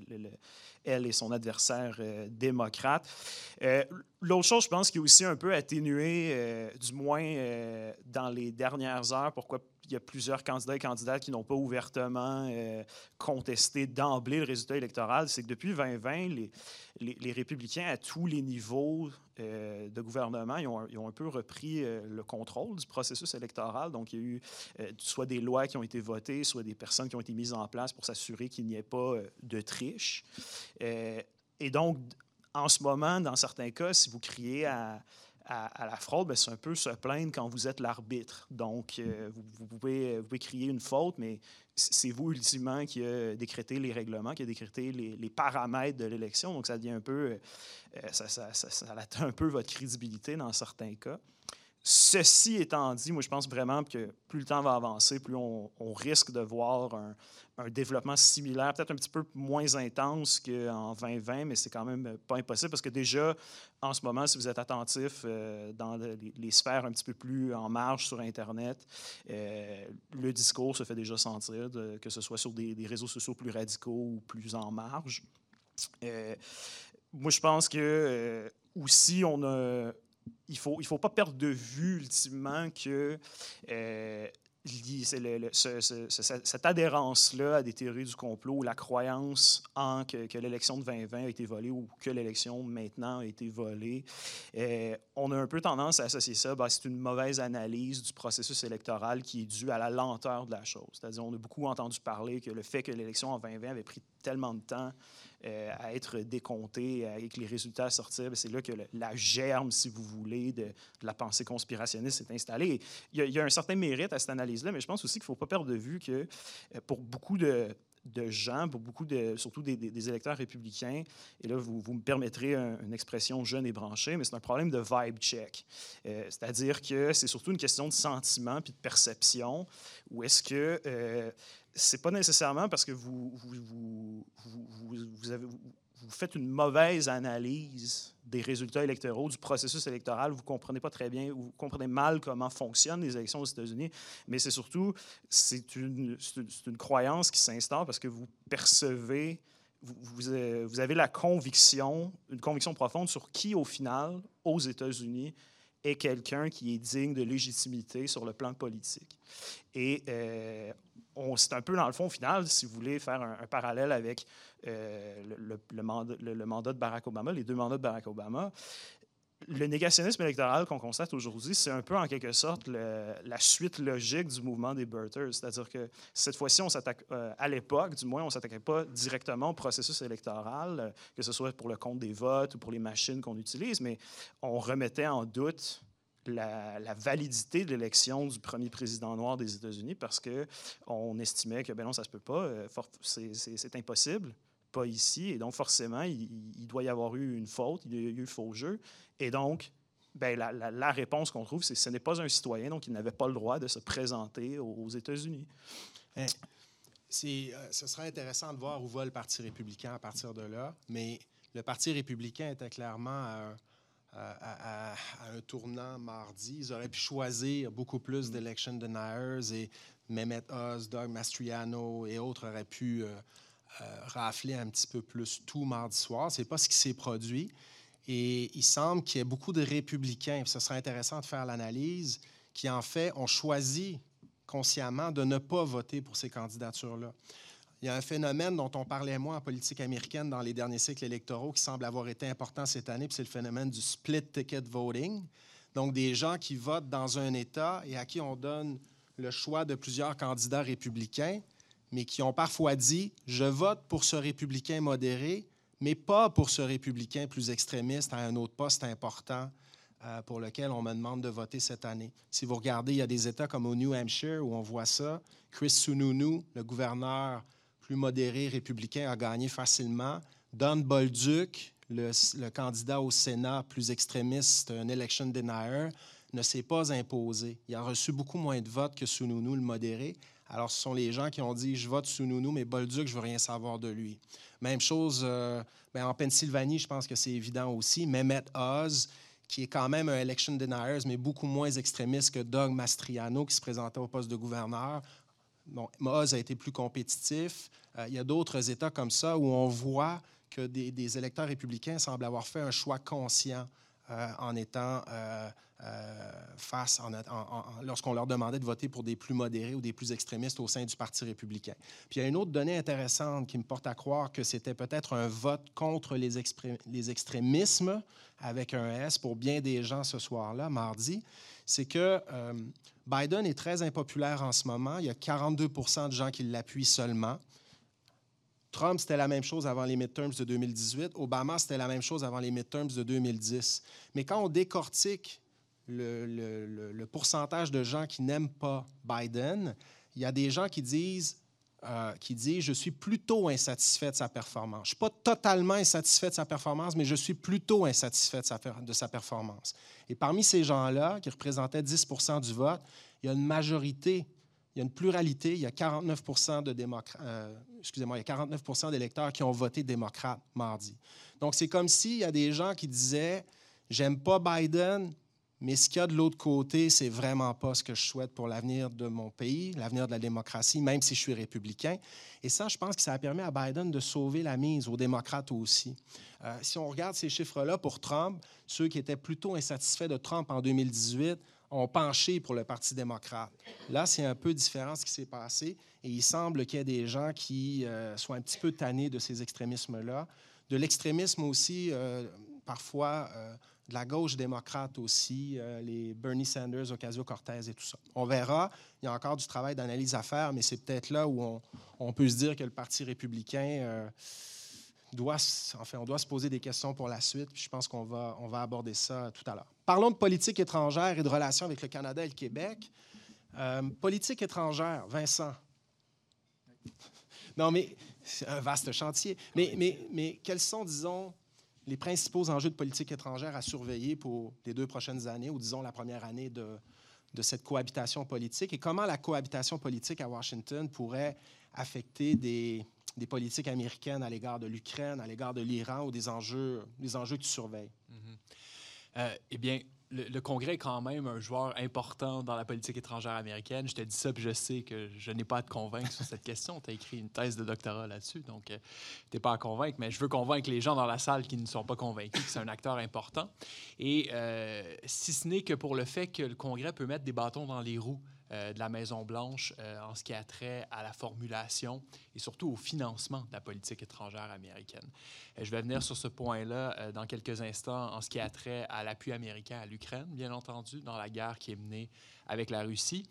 elle et son adversaire démocrate. L'autre chose, je pense, qui est aussi un peu atténué, du moins dans les dernières heures, pourquoi il y a plusieurs candidats et candidates qui n'ont pas ouvertement contesté d'emblée le résultat électoral, c'est que depuis 2020, les républicains à tous les niveaux de gouvernement, ils ont un peu repris le contrôle du processus électoral. Donc, il y a eu soit des lois qui ont été votées, soit des personnes qui ont été mises en place pour s'assurer qu'il n'y ait pas de triche. Et donc, en ce moment, dans certains cas, si vous criez à à la fraude, bien, c'est un peu se plaindre quand vous êtes l'arbitre. Donc, vous pouvez crier une faute, mais c'est vous, ultimement, qui a décrété les règlements, qui a décrété les paramètres de l'élection. Donc, ça devient un peu... ça atteint un peu votre crédibilité dans certains cas. Ceci étant dit, moi, je pense vraiment que plus le temps va avancer, plus on risque de voir un développement similaire, peut-être un petit peu moins intense qu'en 2020, mais c'est quand même pas impossible parce que déjà, en ce moment, si vous êtes attentif dans les sphères un petit peu plus en marge sur Internet, le discours se fait déjà sentir, que ce soit sur des réseaux sociaux plus radicaux ou plus en marge. Moi, je pense que aussi, il faut pas perdre de vue, ultimement, que cette adhérence-là à des théories du complot, ou la croyance en que l'élection de 2020 a été volée ou que l'élection maintenant a été volée, on a un peu tendance à associer ça, c'est une mauvaise analyse du processus électoral qui est due à la lenteur de la chose. C'est-à-dire, on a beaucoup entendu parler que le fait que l'élection en 2020 avait pris tellement de temps à être décompté et que les résultats sortirent, c'est là que la germe, si vous voulez, de la pensée conspirationniste s'est installée. Il y a un certain mérite à cette analyse-là, mais je pense aussi qu'il ne faut pas perdre de vue que pour beaucoup de gens, pour beaucoup surtout des électeurs républicains, et là, vous me permettrez une expression jeune et branchée, mais c'est un problème de vibe check. C'est-à-dire que c'est surtout une question de sentiment puis de perception, où est-ce que c'est pas nécessairement parce que vous faites une mauvaise analyse des résultats électoraux, du processus électoral, vous ne comprenez pas très bien, vous comprenez mal comment fonctionnent les élections aux États-Unis, mais c'est surtout, c'est une croyance qui s'instaure parce que vous percevez, vous avez la conviction, une conviction profonde sur qui, au final, aux États-Unis, est quelqu'un qui est digne de légitimité sur le plan politique. Et c'est un peu, dans le fond, au final, si vous voulez faire un parallèle avec le mandat de Barack Obama, les 2 mandats de Barack Obama, le négationnisme électoral qu'on constate aujourd'hui, c'est un peu, en quelque sorte, la suite logique du mouvement des birthers. C'est-à-dire que cette fois-ci, à l'époque, du moins, on ne s'attaquait pas directement au processus électoral, que ce soit pour le compte des votes ou pour les machines qu'on utilise, mais on remettait en doute la validité de l'élection du premier président noir des États-Unis parce qu'on estimait que, ben non, ça ne se peut pas, c'est impossible, pas ici, et donc forcément, il doit y avoir eu une faute, il y a eu faux jeu, et donc, ben, la réponse qu'on trouve, c'est que ce n'est pas un citoyen, donc il n'avait pas le droit de se présenter aux États-Unis. Ce serait intéressant de voir où va le Parti républicain à partir de là, mais le Parti républicain était clairement à un tournant mardi. Ils auraient pu choisir beaucoup plus d'election deniers et Mehmet Oz, Doug Mastriano et autres auraient pu rafler un petit peu plus tout mardi soir. Ce n'est pas ce qui s'est produit. Et il semble qu'il y ait beaucoup de républicains, ce serait intéressant de faire l'analyse, qui en fait ont choisi consciemment de ne pas voter pour ces candidatures-là. Il y a un phénomène dont on parlait moins en politique américaine dans les derniers cycles électoraux qui semble avoir été important cette année, puis c'est le phénomène du split ticket voting. Donc, des gens qui votent dans un État et à qui on donne le choix de plusieurs candidats républicains, mais qui ont parfois dit « je vote pour ce républicain modéré », mais pas pour ce républicain plus extrémiste à un autre poste important pour lequel on me demande de voter cette année. Si vous regardez, il y a des États comme au New Hampshire où on voit ça. Chris Sununu, le gouverneur plus modéré républicain, a gagné facilement. Don Bolduc, le candidat au Sénat plus extrémiste, un election denier, ne s'est pas imposé. Il a reçu beaucoup moins de votes que Sununu, le modéré. Alors, ce sont les gens qui ont dit « je vote Sununu, mais Bolduc, je ne veux rien savoir de lui ». Même chose en Pennsylvanie, je pense que c'est évident aussi. Mehmet Oz, qui est quand même un election denier, mais beaucoup moins extrémiste que Doug Mastriano, qui se présentait au poste de gouverneur. Bon, Oz a été plus compétitif. Il y a d'autres États comme ça où on voit que des électeurs républicains semblent avoir fait un choix conscient en étant lorsqu'on leur demandait de voter pour des plus modérés ou des plus extrémistes au sein du Parti républicain. Puis il y a une autre donnée intéressante qui me porte à croire que c'était peut-être un vote contre les extrémismes avec un S pour bien des gens ce soir-là, mardi, c'est que Biden est très impopulaire en ce moment. Il y a 42 % de gens qui l'appuient seulement. Trump, c'était la même chose avant les midterms de 2018. Obama, c'était la même chose avant les midterms de 2010. Mais quand on décortique le pourcentage de gens qui n'aiment pas Biden, il y a des gens qui disent je suis plutôt insatisfait de sa performance. Je ne suis pas totalement insatisfait de sa performance, mais je suis plutôt insatisfait de sa performance. Et parmi ces gens-là, qui représentaient 10 % du vote, il y a une majorité, il y a une pluralité, il y a 49 % il y a 49 % d'électeurs qui ont voté démocrate mardi. Donc, c'est comme s'il y a des gens qui disaient « J'aime pas Biden, mais ce qu'il y a de l'autre côté, c'est vraiment pas ce que je souhaite pour l'avenir de mon pays, l'avenir de la démocratie, même si je suis républicain. » Et ça, je pense que ça a permis à Biden de sauver la mise, aux démocrates aussi. Si on regarde ces chiffres-là pour Trump, ceux qui étaient plutôt insatisfaits de Trump en 2018 ont penché pour le Parti démocrate. Là, c'est un peu différent ce qui s'est passé et il semble qu'il y ait des gens qui soient un petit peu tannés de ces extrémismes-là. De l'extrémisme aussi, parfois, de la gauche démocrate aussi, les Bernie Sanders, Ocasio-Cortez et tout ça. On verra. Il y a encore du travail d'analyse à faire, mais c'est peut-être là où on peut se dire que le Parti républicain on doit se poser des questions pour la suite. Puis je pense qu'on va aborder ça tout à l'heure. Parlons de politique étrangère et de relations avec le Canada et le Québec. Politique étrangère, Vincent. Non, mais c'est un vaste chantier. Mais quels sont, disons, les principaux enjeux de politique étrangère à surveiller pour les 2 prochaines années, ou disons la première année de cette cohabitation politique, et comment la cohabitation politique à Washington pourrait affecter des politiques américaines à l'égard de l'Ukraine, à l'égard de l'Iran, ou des enjeux que tu surveilles? Eh bien, le Congrès est quand même un joueur important dans la politique étrangère américaine. Je te dis ça, puis je sais que je n'ai pas à te convaincre sur cette question. Tu as écrit une thèse de doctorat là-dessus, donc tu n'es pas à convaincre. Mais je veux convaincre les gens dans la salle qui ne sont pas convaincus que c'est un acteur important. Et si ce n'est que pour le fait que le Congrès peut mettre des bâtons dans les roues de la Maison-Blanche en ce qui a trait à la formulation et surtout au financement de la politique étrangère américaine. Je vais venir sur ce point-là dans quelques instants en ce qui a trait à l'appui américain à l'Ukraine, bien entendu, dans la guerre qui est menée avec la Russie.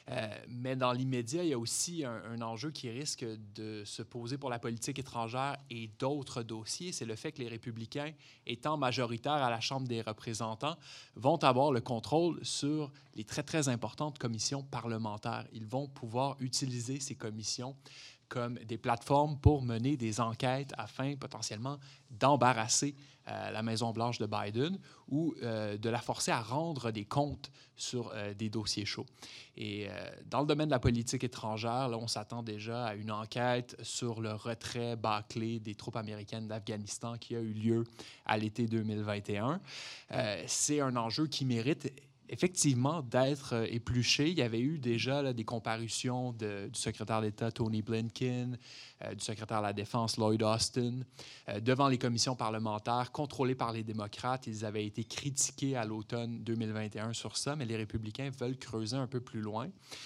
Mais dans l'immédiat, il y a aussi un enjeu qui risque de se poser pour la politique étrangère et d'autres dossiers. C'est le fait que les républicains, étant majoritaires à la Chambre des représentants, vont avoir le contrôle sur les très, très importantes commissions parlementaires. Ils vont pouvoir utiliser ces commissions comme des plateformes pour mener des enquêtes afin potentiellement d'embarrasser la Maison-Blanche de Biden ou de la forcer à rendre des comptes sur des dossiers chauds. Et dans le domaine de la politique étrangère, là, on s'attend déjà à une enquête sur le retrait bâclé des troupes américaines d'Afghanistan qui a eu lieu à l'été 2021. C'est un enjeu qui mérite effectivement d'être épluché. Il y avait eu déjà là, des comparutions du secrétaire d'État Tony Blinken, du secrétaire à la Défense Lloyd Austin, devant les commissions parlementaires contrôlées par les démocrates. Ils avaient été critiqués à l'automne 2021 sur ça, mais les républicains veulent creuser un peu plus loin.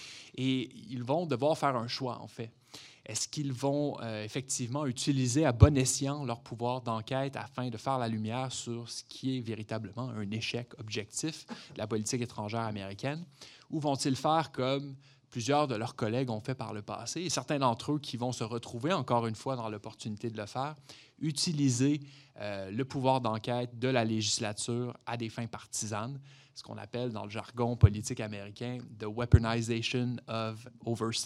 Et ils vont devoir faire un choix, en fait. Est-ce qu'ils vont effectivement utiliser à bon escient leur pouvoir d'enquête afin de faire la lumière sur ce qui est véritablement un échec objectif de la politique étrangère américaine? Ou vont-ils faire comme plusieurs de leurs collègues ont fait par le passé, et certains d'entre eux qui vont se retrouver encore une fois dans l'opportunité de le faire, utiliser le pouvoir d'enquête de la législature à des fins partisanes, ce qu'on appelle dans le jargon politique américain « the weaponization of oversight »,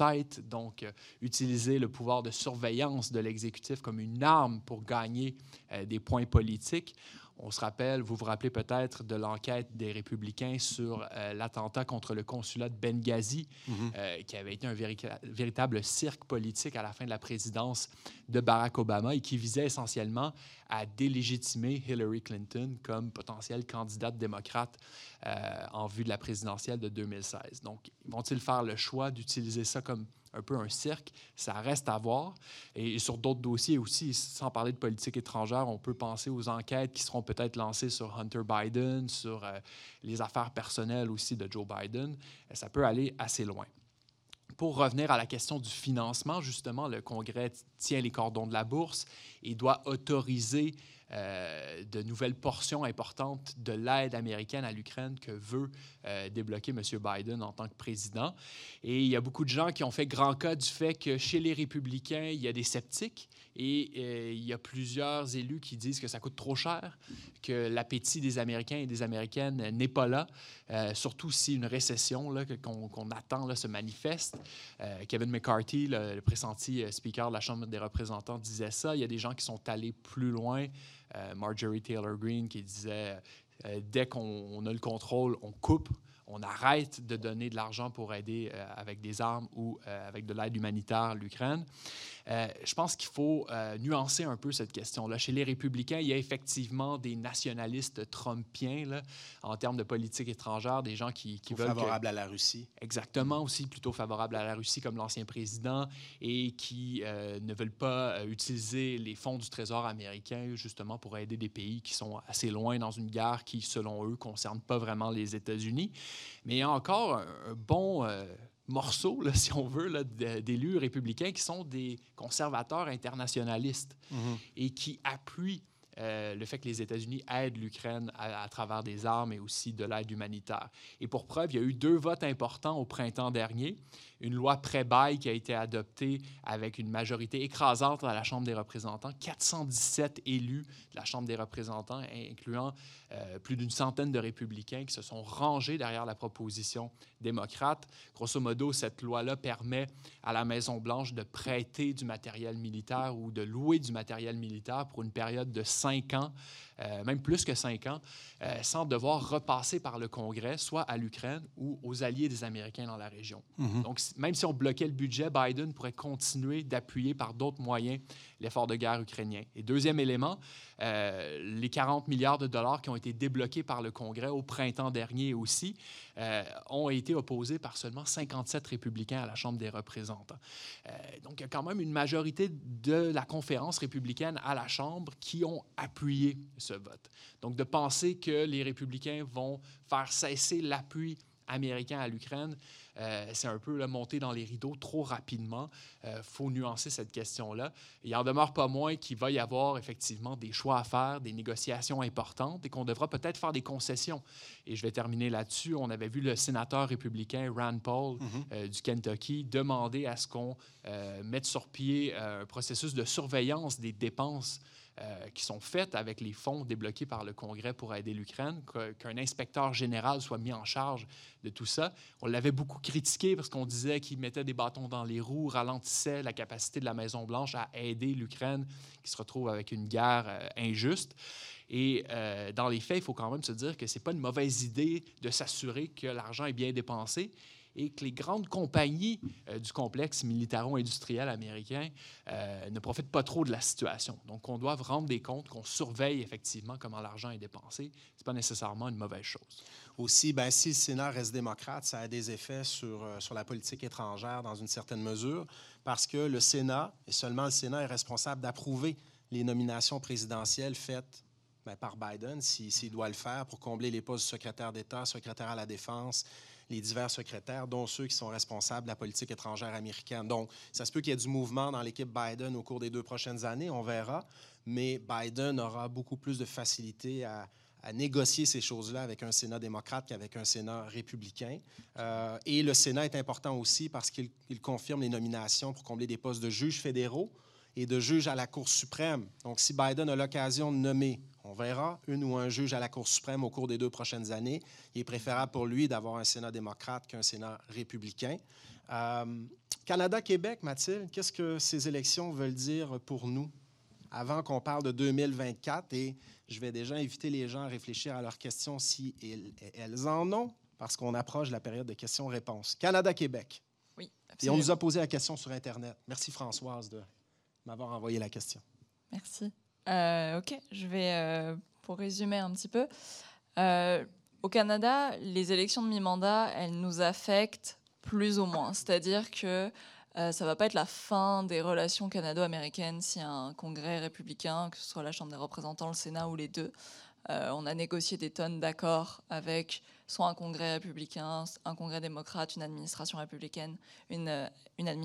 donc utiliser le pouvoir de surveillance de l'exécutif comme une arme pour gagner des points politiques. On se rappelle, vous vous rappelez peut-être de l'enquête des républicains sur l'attentat contre le consulat de Benghazi, qui avait été un véritable cirque politique à la fin de la présidence de Barack Obama et qui visait essentiellement à délégitimer Hillary Clinton comme potentielle candidate démocrate en vue de la présidentielle de 2016. Donc, vont-ils faire le choix d'utiliser ça comme un peu un cirque? Ça reste à voir. Et sur d'autres dossiers aussi, sans parler de politique étrangère, on peut penser aux enquêtes qui seront peut-être lancées sur Hunter Biden, sur les affaires personnelles aussi de Joe Biden. Ça peut aller assez loin. Pour revenir à la question du financement, justement, le Congrès tient les cordons de la bourse et doit autoriser de nouvelles portions importantes de l'aide américaine à l'Ukraine que veut débloquer M. Biden en tant que président. Et il y a beaucoup de gens qui ont fait grand cas du fait que chez les républicains, il y a des sceptiques et il y a plusieurs élus qui disent que ça coûte trop cher, que l'appétit des Américains et des Américaines n'est pas là, surtout si une récession qu'on attend là, se manifeste. Kevin McCarthy, le pressenti speaker de la Chambre des représentants, disait ça. Il y a des gens qui sont allés plus loin. Marjorie Taylor Greene qui disait dès qu'on a le contrôle, on coupe, on arrête de donner de l'argent pour aider avec des armes ou avec de l'aide humanitaire l'Ukraine. Je pense qu'il faut nuancer un peu cette question-là. Chez les républicains, il y a effectivement des nationalistes trumpiens là, en termes de politique étrangère, des gens qui veulent... Favorables à la Russie. Exactement, aussi plutôt favorables à la Russie comme l'ancien président et qui ne veulent pas utiliser les fonds du Trésor américain justement pour aider des pays qui sont assez loin dans une guerre qui, selon eux, ne concerne pas vraiment les États-Unis. Mais il y a encore un bon... morceaux, là, si on veut, là, d'élus républicains qui sont des conservateurs internationalistes et qui appuient le fait que les États-Unis aident l'Ukraine à travers des armes et aussi de l'aide humanitaire. Et pour preuve, il y a eu 2 votes importants au printemps dernier. Une loi pré-bail qui a été adoptée avec une majorité écrasante à la Chambre des représentants, 417 élus de la Chambre des représentants, incluant plus d'une centaine de républicains qui se sont rangés derrière la proposition démocrate. Grosso modo, cette loi-là permet à la Maison-Blanche de prêter du matériel militaire ou de louer du matériel militaire pour une période de 5 ans, même plus que 5 ans, sans devoir repasser par le Congrès, soit à l'Ukraine ou aux alliés des Américains dans la région. Donc, même si on bloquait le budget, Biden pourrait continuer d'appuyer par d'autres moyens l'effort de guerre ukrainien. Et deuxième élément, les 40 milliards de dollars qui ont été débloqués par le Congrès au printemps dernier aussi ont été opposés par seulement 57 républicains à la Chambre des représentants. Donc, il y a quand même une majorité de la conférence républicaine à la Chambre qui ont appuyé ce vote. Donc, de penser que les républicains vont faire cesser l'appui américain à l'Ukraine, c'est un peu monter dans les rideaux trop rapidement. Faut nuancer cette question-là. Il n'en demeure pas moins qu'il va y avoir effectivement des choix à faire, des négociations importantes et qu'on devra peut-être faire des concessions. Et je vais terminer là-dessus. On avait vu le sénateur républicain Rand Paul du Kentucky demander à ce qu'on mette sur pied un processus de surveillance des dépenses qui sont faites avec les fonds débloqués par le Congrès pour aider l'Ukraine, qu'un inspecteur général soit mis en charge de tout ça. On l'avait beaucoup critiqué parce qu'on disait qu'il mettait des bâtons dans les roues, ralentissait la capacité de la Maison-Blanche à aider l'Ukraine qui se retrouve avec une guerre injuste. Et dans les faits, il faut quand même se dire que ce n'est pas une mauvaise idée de s'assurer que l'argent est bien dépensé et que les grandes compagnies du complexe militaro-industriel américain ne profitent pas trop de la situation. Donc, on doit rendre des comptes, qu'on surveille effectivement comment l'argent est dépensé. Ce n'est pas nécessairement une mauvaise chose. Aussi, si le Sénat reste démocrate, ça a des effets sur la politique étrangère dans une certaine mesure, parce que le Sénat, et seulement le Sénat, est responsable d'approuver les nominations présidentielles faites par Biden, s'il doit le faire, pour combler les postes de secrétaire d'État, secrétaire à la Défense, les divers secrétaires, dont ceux qui sont responsables de la politique étrangère américaine. Donc, ça se peut qu'il y ait du mouvement dans l'équipe Biden au cours des 2 prochaines années, on verra, mais Biden aura beaucoup plus de facilité à négocier ces choses-là avec un Sénat démocrate qu'avec un Sénat républicain. Et le Sénat est important aussi parce qu'il confirme les nominations pour combler des postes de juges fédéraux et de juges à la Cour suprême. Donc, si Biden a l'occasion de nommer, on verra, une ou un juge à la Cour suprême au cours des 2 prochaines années, il est préférable pour lui d'avoir un Sénat démocrate qu'un Sénat républicain. Canada-Québec, Mathilde, qu'est-ce que ces élections veulent dire pour nous avant qu'on parle de 2024? Et je vais déjà inviter les gens à réfléchir à leurs questions si elles en ont, parce qu'on approche de la période de questions-réponses. Canada-Québec. Oui, absolument. Et on nous a posé la question sur Internet. Merci, Françoise, de m'avoir envoyé la question. Merci. OK, je vais, pour résumer un petit peu, au Canada, les élections de mi-mandat, elles nous affectent plus ou moins. C'est-à-dire que ça ne va pas être la fin des relations canado-américaines s'il y a un congrès républicain, que ce soit la Chambre des représentants, le Sénat ou les deux. On a négocié des tonnes d'accords avec soit un congrès républicain, un congrès démocrate, une administration républicaine, une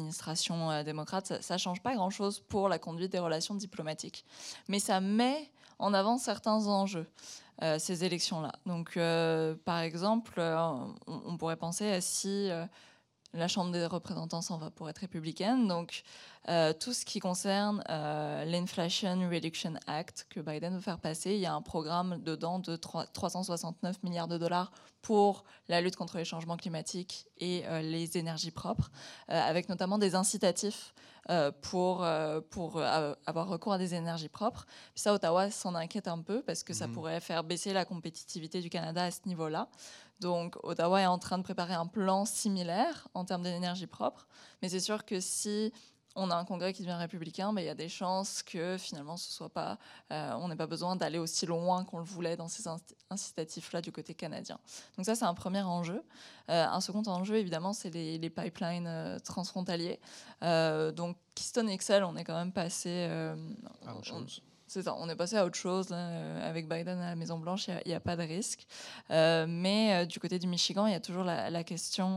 administration démocrate. Ça ne change pas grand-chose pour la conduite des relations diplomatiques. Mais ça met en avant certains enjeux, ces élections-là. Donc, par exemple, on pourrait penser à si la Chambre des représentants s'en va pour être républicaine. Donc, tout ce qui concerne l'Inflation Reduction Act que Biden veut faire passer, il y a un programme dedans de 369 milliards de dollars pour la lutte contre les changements climatiques et les énergies propres, avec notamment des incitatifs pour avoir recours à des énergies propres. Puis ça, Ottawa s'en inquiète un peu parce que ça pourrait faire baisser la compétitivité du Canada à ce niveau-là. Donc, Ottawa est en train de préparer un plan similaire en termes d'énergie propre. Mais c'est sûr que si on a un congrès qui devient républicain, il y a des chances que finalement, ce soit pas, on n'ait pas besoin d'aller aussi loin qu'on le voulait dans ces incitatifs-là du côté canadien. Donc ça, c'est un premier enjeu. Un second enjeu, évidemment, c'est les pipelines transfrontaliers. Donc, Keystone XL, on est quand même passé... à autre chose. C'est ça, on est passé à autre chose. Là, avec Biden à la Maison-Blanche, il n'y a pas de risque. Mais du côté du Michigan, il y a toujours la question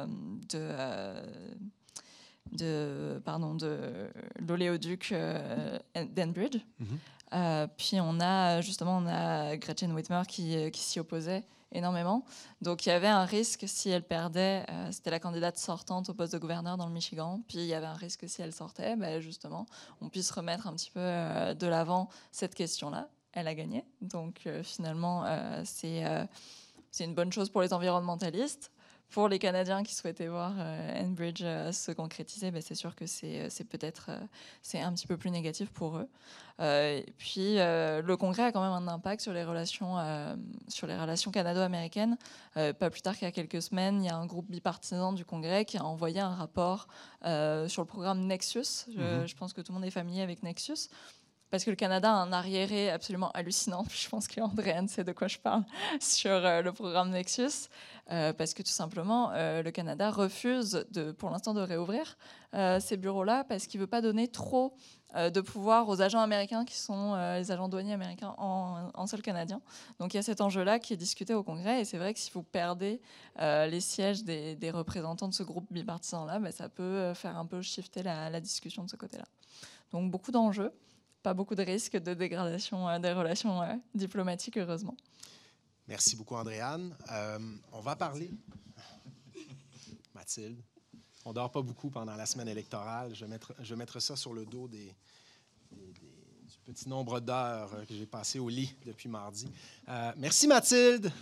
de l'oléoduc d'Enbridge. Puis on a Gretchen Whitmer qui s'y opposait énormément. Donc il y avait un risque si elle perdait, c'était la candidate sortante au poste de gouverneur dans le Michigan, puis il y avait un risque si elle sortait, justement, on puisse remettre un petit peu de l'avant cette question-là. Elle a gagné, donc finalement c'est une bonne chose pour les environnementalistes. Pour les Canadiens qui souhaitaient voir Enbridge se concrétiser, c'est sûr que c'est peut-être c'est un petit peu plus négatif pour eux. Et puis le Congrès a quand même un impact sur les relations canado-américaines. Pas plus tard qu'il y a quelques semaines, il y a un groupe bipartisan du Congrès qui a envoyé un rapport sur le programme Nexus. Je pense que tout le monde est familier avec Nexus. Parce que le Canada a un arriéré absolument hallucinant. Je pense qu'Andréane sait de quoi je parle sur le programme Nexus. Parce que tout simplement, le Canada refuse pour l'instant de réouvrir ces bureaux-là parce qu'il ne veut pas donner trop de pouvoir aux agents américains qui sont les agents douaniers américains en sol canadien. Donc il y a cet enjeu-là qui est discuté au Congrès. Et c'est vrai que si vous perdez les sièges des représentants de ce groupe bipartisan-là, ça peut faire un peu shifter la discussion de ce côté-là. Donc beaucoup d'enjeux. Pas beaucoup de risques de dégradation des relations diplomatiques, heureusement. Merci beaucoup, Andréane. On va parler... Mathilde, on ne dort pas beaucoup pendant la semaine électorale. Je vais mettre ça sur le dos du petit nombre d'heures que j'ai passé au lit depuis mardi. Merci, Mathilde.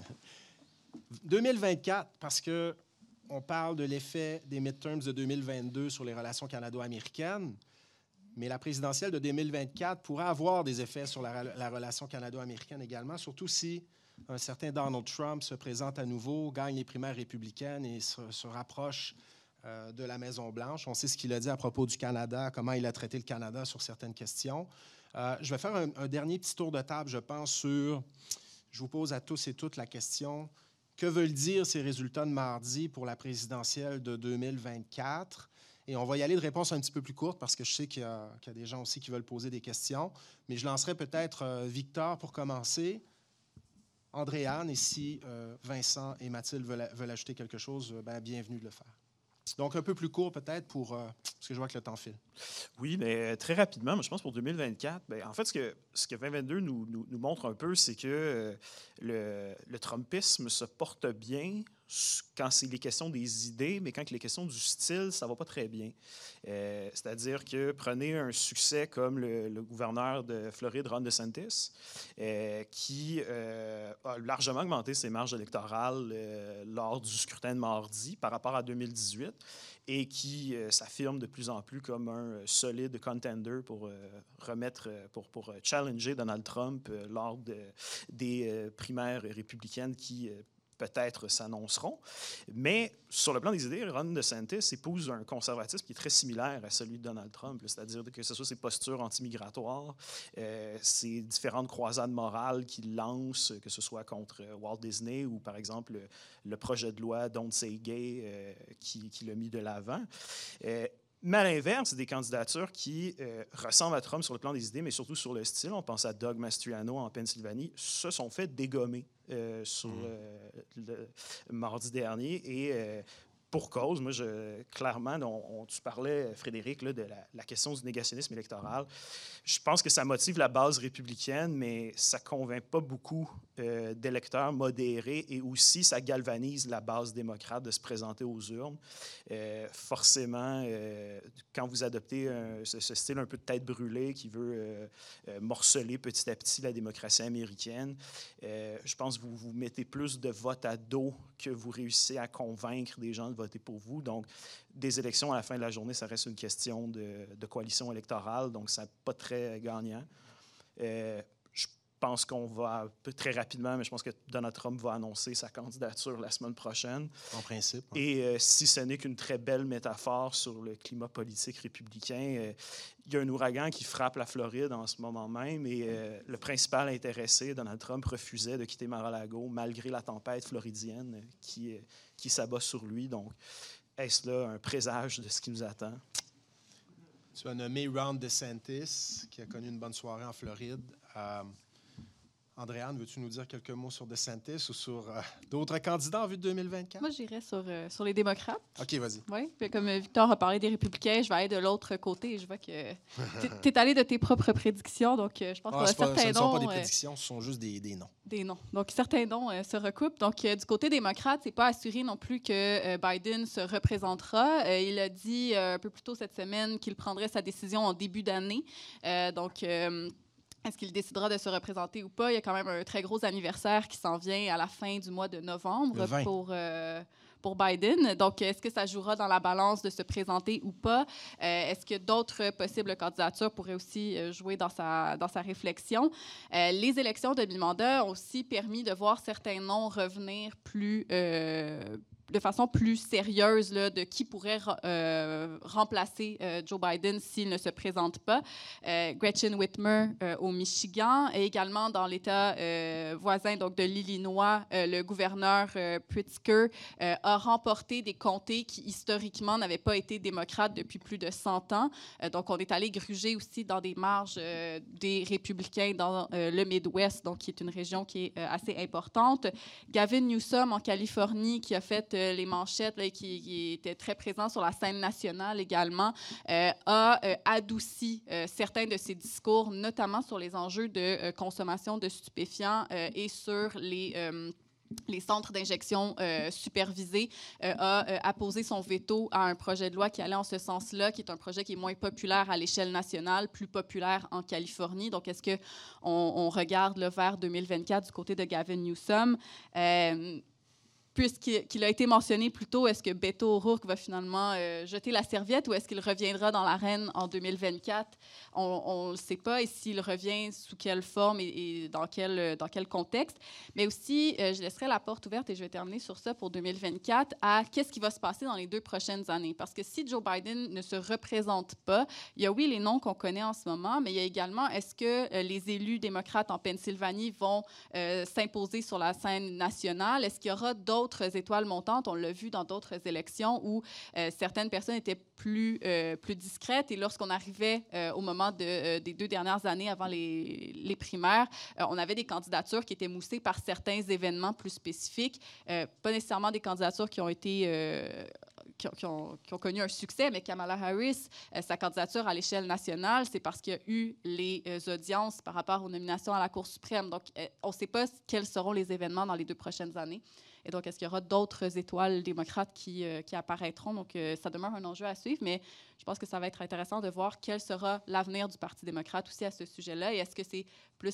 2024, parce qu'on parle de l'effet des midterms de 2022 sur les relations canado-américaines. Mais la présidentielle de 2024 pourrait avoir des effets sur la relation canado-américaine également, surtout si un certain Donald Trump se présente à nouveau, gagne les primaires républicaines et se rapproche de la Maison-Blanche. On sait ce qu'il a dit à propos du Canada, comment il a traité le Canada sur certaines questions. Je vais faire un dernier petit tour de table, je pense, je vous pose à tous et toutes la question, que veulent dire ces résultats de mardi pour la présidentielle de 2024? Et on va y aller de réponses un petit peu plus courtes parce que je sais qu'il y a des gens aussi qui veulent poser des questions. Mais je lancerai peut-être Victor pour commencer, Andréane, et si Vincent et Mathilde veulent ajouter quelque chose, bienvenue de le faire. Donc, un peu plus court peut-être parce que je vois que le temps file. Oui, mais très rapidement, moi, je pense pour 2024, en fait, ce que 2022 nous montre un peu, c'est que le Trumpisme se porte bien quand c'est les questions des idées, mais quand il est question du style, ça ne va pas très bien. C'est-à-dire que prenez un succès comme le gouverneur de Floride, Ron DeSantis, qui a largement augmenté ses marges électorales lors du scrutin de mardi par rapport à 2018 et qui s'affirme de plus en plus comme un solide contender pour challenger Donald Trump lors des primaires républicaines qui peut-être s'annonceront. Mais sur le plan des idées, Ron DeSantis épouse un conservatisme qui est très similaire à celui de Donald Trump, c'est-à-dire que ce soit ses postures antimigratoires, ses différentes croisades morales qu'il lance, que ce soit contre Walt Disney ou, par exemple, le projet de loi Don't Say Gay qui l'a mis de l'avant. Mais à l'inverse, des candidatures qui ressemblent à Trump sur le plan des idées, mais surtout sur le style, on pense à Doug Mastriano en Pennsylvanie, se sont fait dégommer sur le mardi dernier. Et pour cause. Moi, clairement, tu parlais, Frédéric, là, de la question du négationnisme électoral. Je pense que ça motive la base républicaine, mais ça ne convainc pas beaucoup d'électeurs modérés et aussi ça galvanise la base démocrate de se présenter aux urnes. Forcément, quand vous adoptez ce style un peu de tête brûlée qui veut morceler petit à petit la démocratie américaine, je pense que vous mettez plus de votes à dos que vous réussissez à convaincre des gens de voter pour vous. Donc, des élections à la fin de la journée, ça reste une question de coalition électorale, donc ça n'est pas très gagnant. Je pense qu'on va, très rapidement, mais je pense que Donald Trump va annoncer sa candidature la semaine prochaine. En principe. Ouais. Et si ce n'est qu'une très belle métaphore sur le climat politique républicain, il y a un ouragan qui frappe la Floride en ce moment même et le principal intéressé, Donald Trump, refusait de quitter Mar-a-Lago malgré la tempête floridienne qui s'abat sur lui. Donc, est-ce là un présage de ce qui nous attend? Tu as nommé Ron DeSantis, qui a connu une bonne soirée en Floride. Andréane, veux-tu nous dire quelques mots sur DeSantis ou sur d'autres candidats en vue de 2024? Moi, j'irais sur les démocrates. OK, vas-y. Oui, comme Victor a parlé des républicains, je vais aller de l'autre côté. Je vois que tu es allé de tes propres prédictions, donc je pense qu'il y a certains noms... Ce ne sont pas des prédictions, ce sont juste des noms. Des noms. Donc, certains noms se recoupent. Donc, du côté démocrate, ce n'est pas assuré non plus que Biden se représentera. Il a dit un peu plus tôt cette semaine qu'il prendrait sa décision en début d'année. Est-ce qu'il décidera de se représenter ou pas? Il y a quand même un très gros anniversaire qui s'en vient à la fin du mois de novembre pour Biden. Donc, est-ce que ça jouera dans la balance de se présenter ou pas? Est-ce que d'autres possibles candidatures pourraient aussi jouer dans sa réflexion? Les élections de mi-mandat ont aussi permis de voir certains noms revenir de façon plus sérieuse là, de qui pourrait remplacer Joe Biden s'il ne se présente pas. Gretchen Whitmer au Michigan et également dans l'État voisin donc de l'Illinois, le gouverneur Pritzker a remporté des comtés qui historiquement n'avaient pas été démocrates depuis plus de 100 ans. Donc on est allé gruger aussi dans des marges des républicains dans le Midwest, donc qui est une région qui est assez importante. Gavin Newsom en Californie qui a fait les manchettes là, qui était très présent sur la scène nationale également, a adouci certains de ses discours, notamment sur les enjeux de consommation de stupéfiants et sur les centres d'injection supervisés, a apposé son veto à un projet de loi qui allait en ce sens-là, qui est un projet qui est moins populaire à l'échelle nationale, plus populaire en Californie. Donc, est-ce qu'on regarde là, vers 2024 du côté de Gavin Newsom? Puisqu'il a été mentionné plus tôt, est-ce que Beto O'Rourke va finalement jeter la serviette ou est-ce qu'il reviendra dans l'arène en 2024? On ne le sait pas. Et s'il revient, sous quelle forme et dans quel contexte? Mais aussi, je laisserai la porte ouverte, et je vais terminer sur ça pour 2024, à qu'est-ce qui va se passer dans les 2 prochaines années. Parce que si Joe Biden ne se représente pas, il y a oui les noms qu'on connaît en ce moment, mais il y a également, est-ce que les élus démocrates en Pennsylvanie vont s'imposer sur la scène nationale? Est-ce qu'il y aura d'autres étoiles montantes? On l'a vu dans d'autres élections où certaines personnes étaient plus discrètes et lorsqu'on arrivait au moment des 2 dernières années avant les primaires, on avait des candidatures qui étaient moussées par certains événements plus spécifiques, pas nécessairement des candidatures qui ont été... Qui ont connu un succès, mais Kamala Harris, sa candidature à l'échelle nationale, c'est parce qu'il y a eu les audiences par rapport aux nominations à la Cour suprême. Donc, on ne sait pas quels seront les événements dans les 2 prochaines années. Et donc, est-ce qu'il y aura d'autres étoiles démocrates qui apparaîtront? Donc, ça demeure un enjeu à suivre, mais je pense que ça va être intéressant de voir quel sera l'avenir du Parti démocrate aussi à ce sujet-là. Et est-ce que c'est plus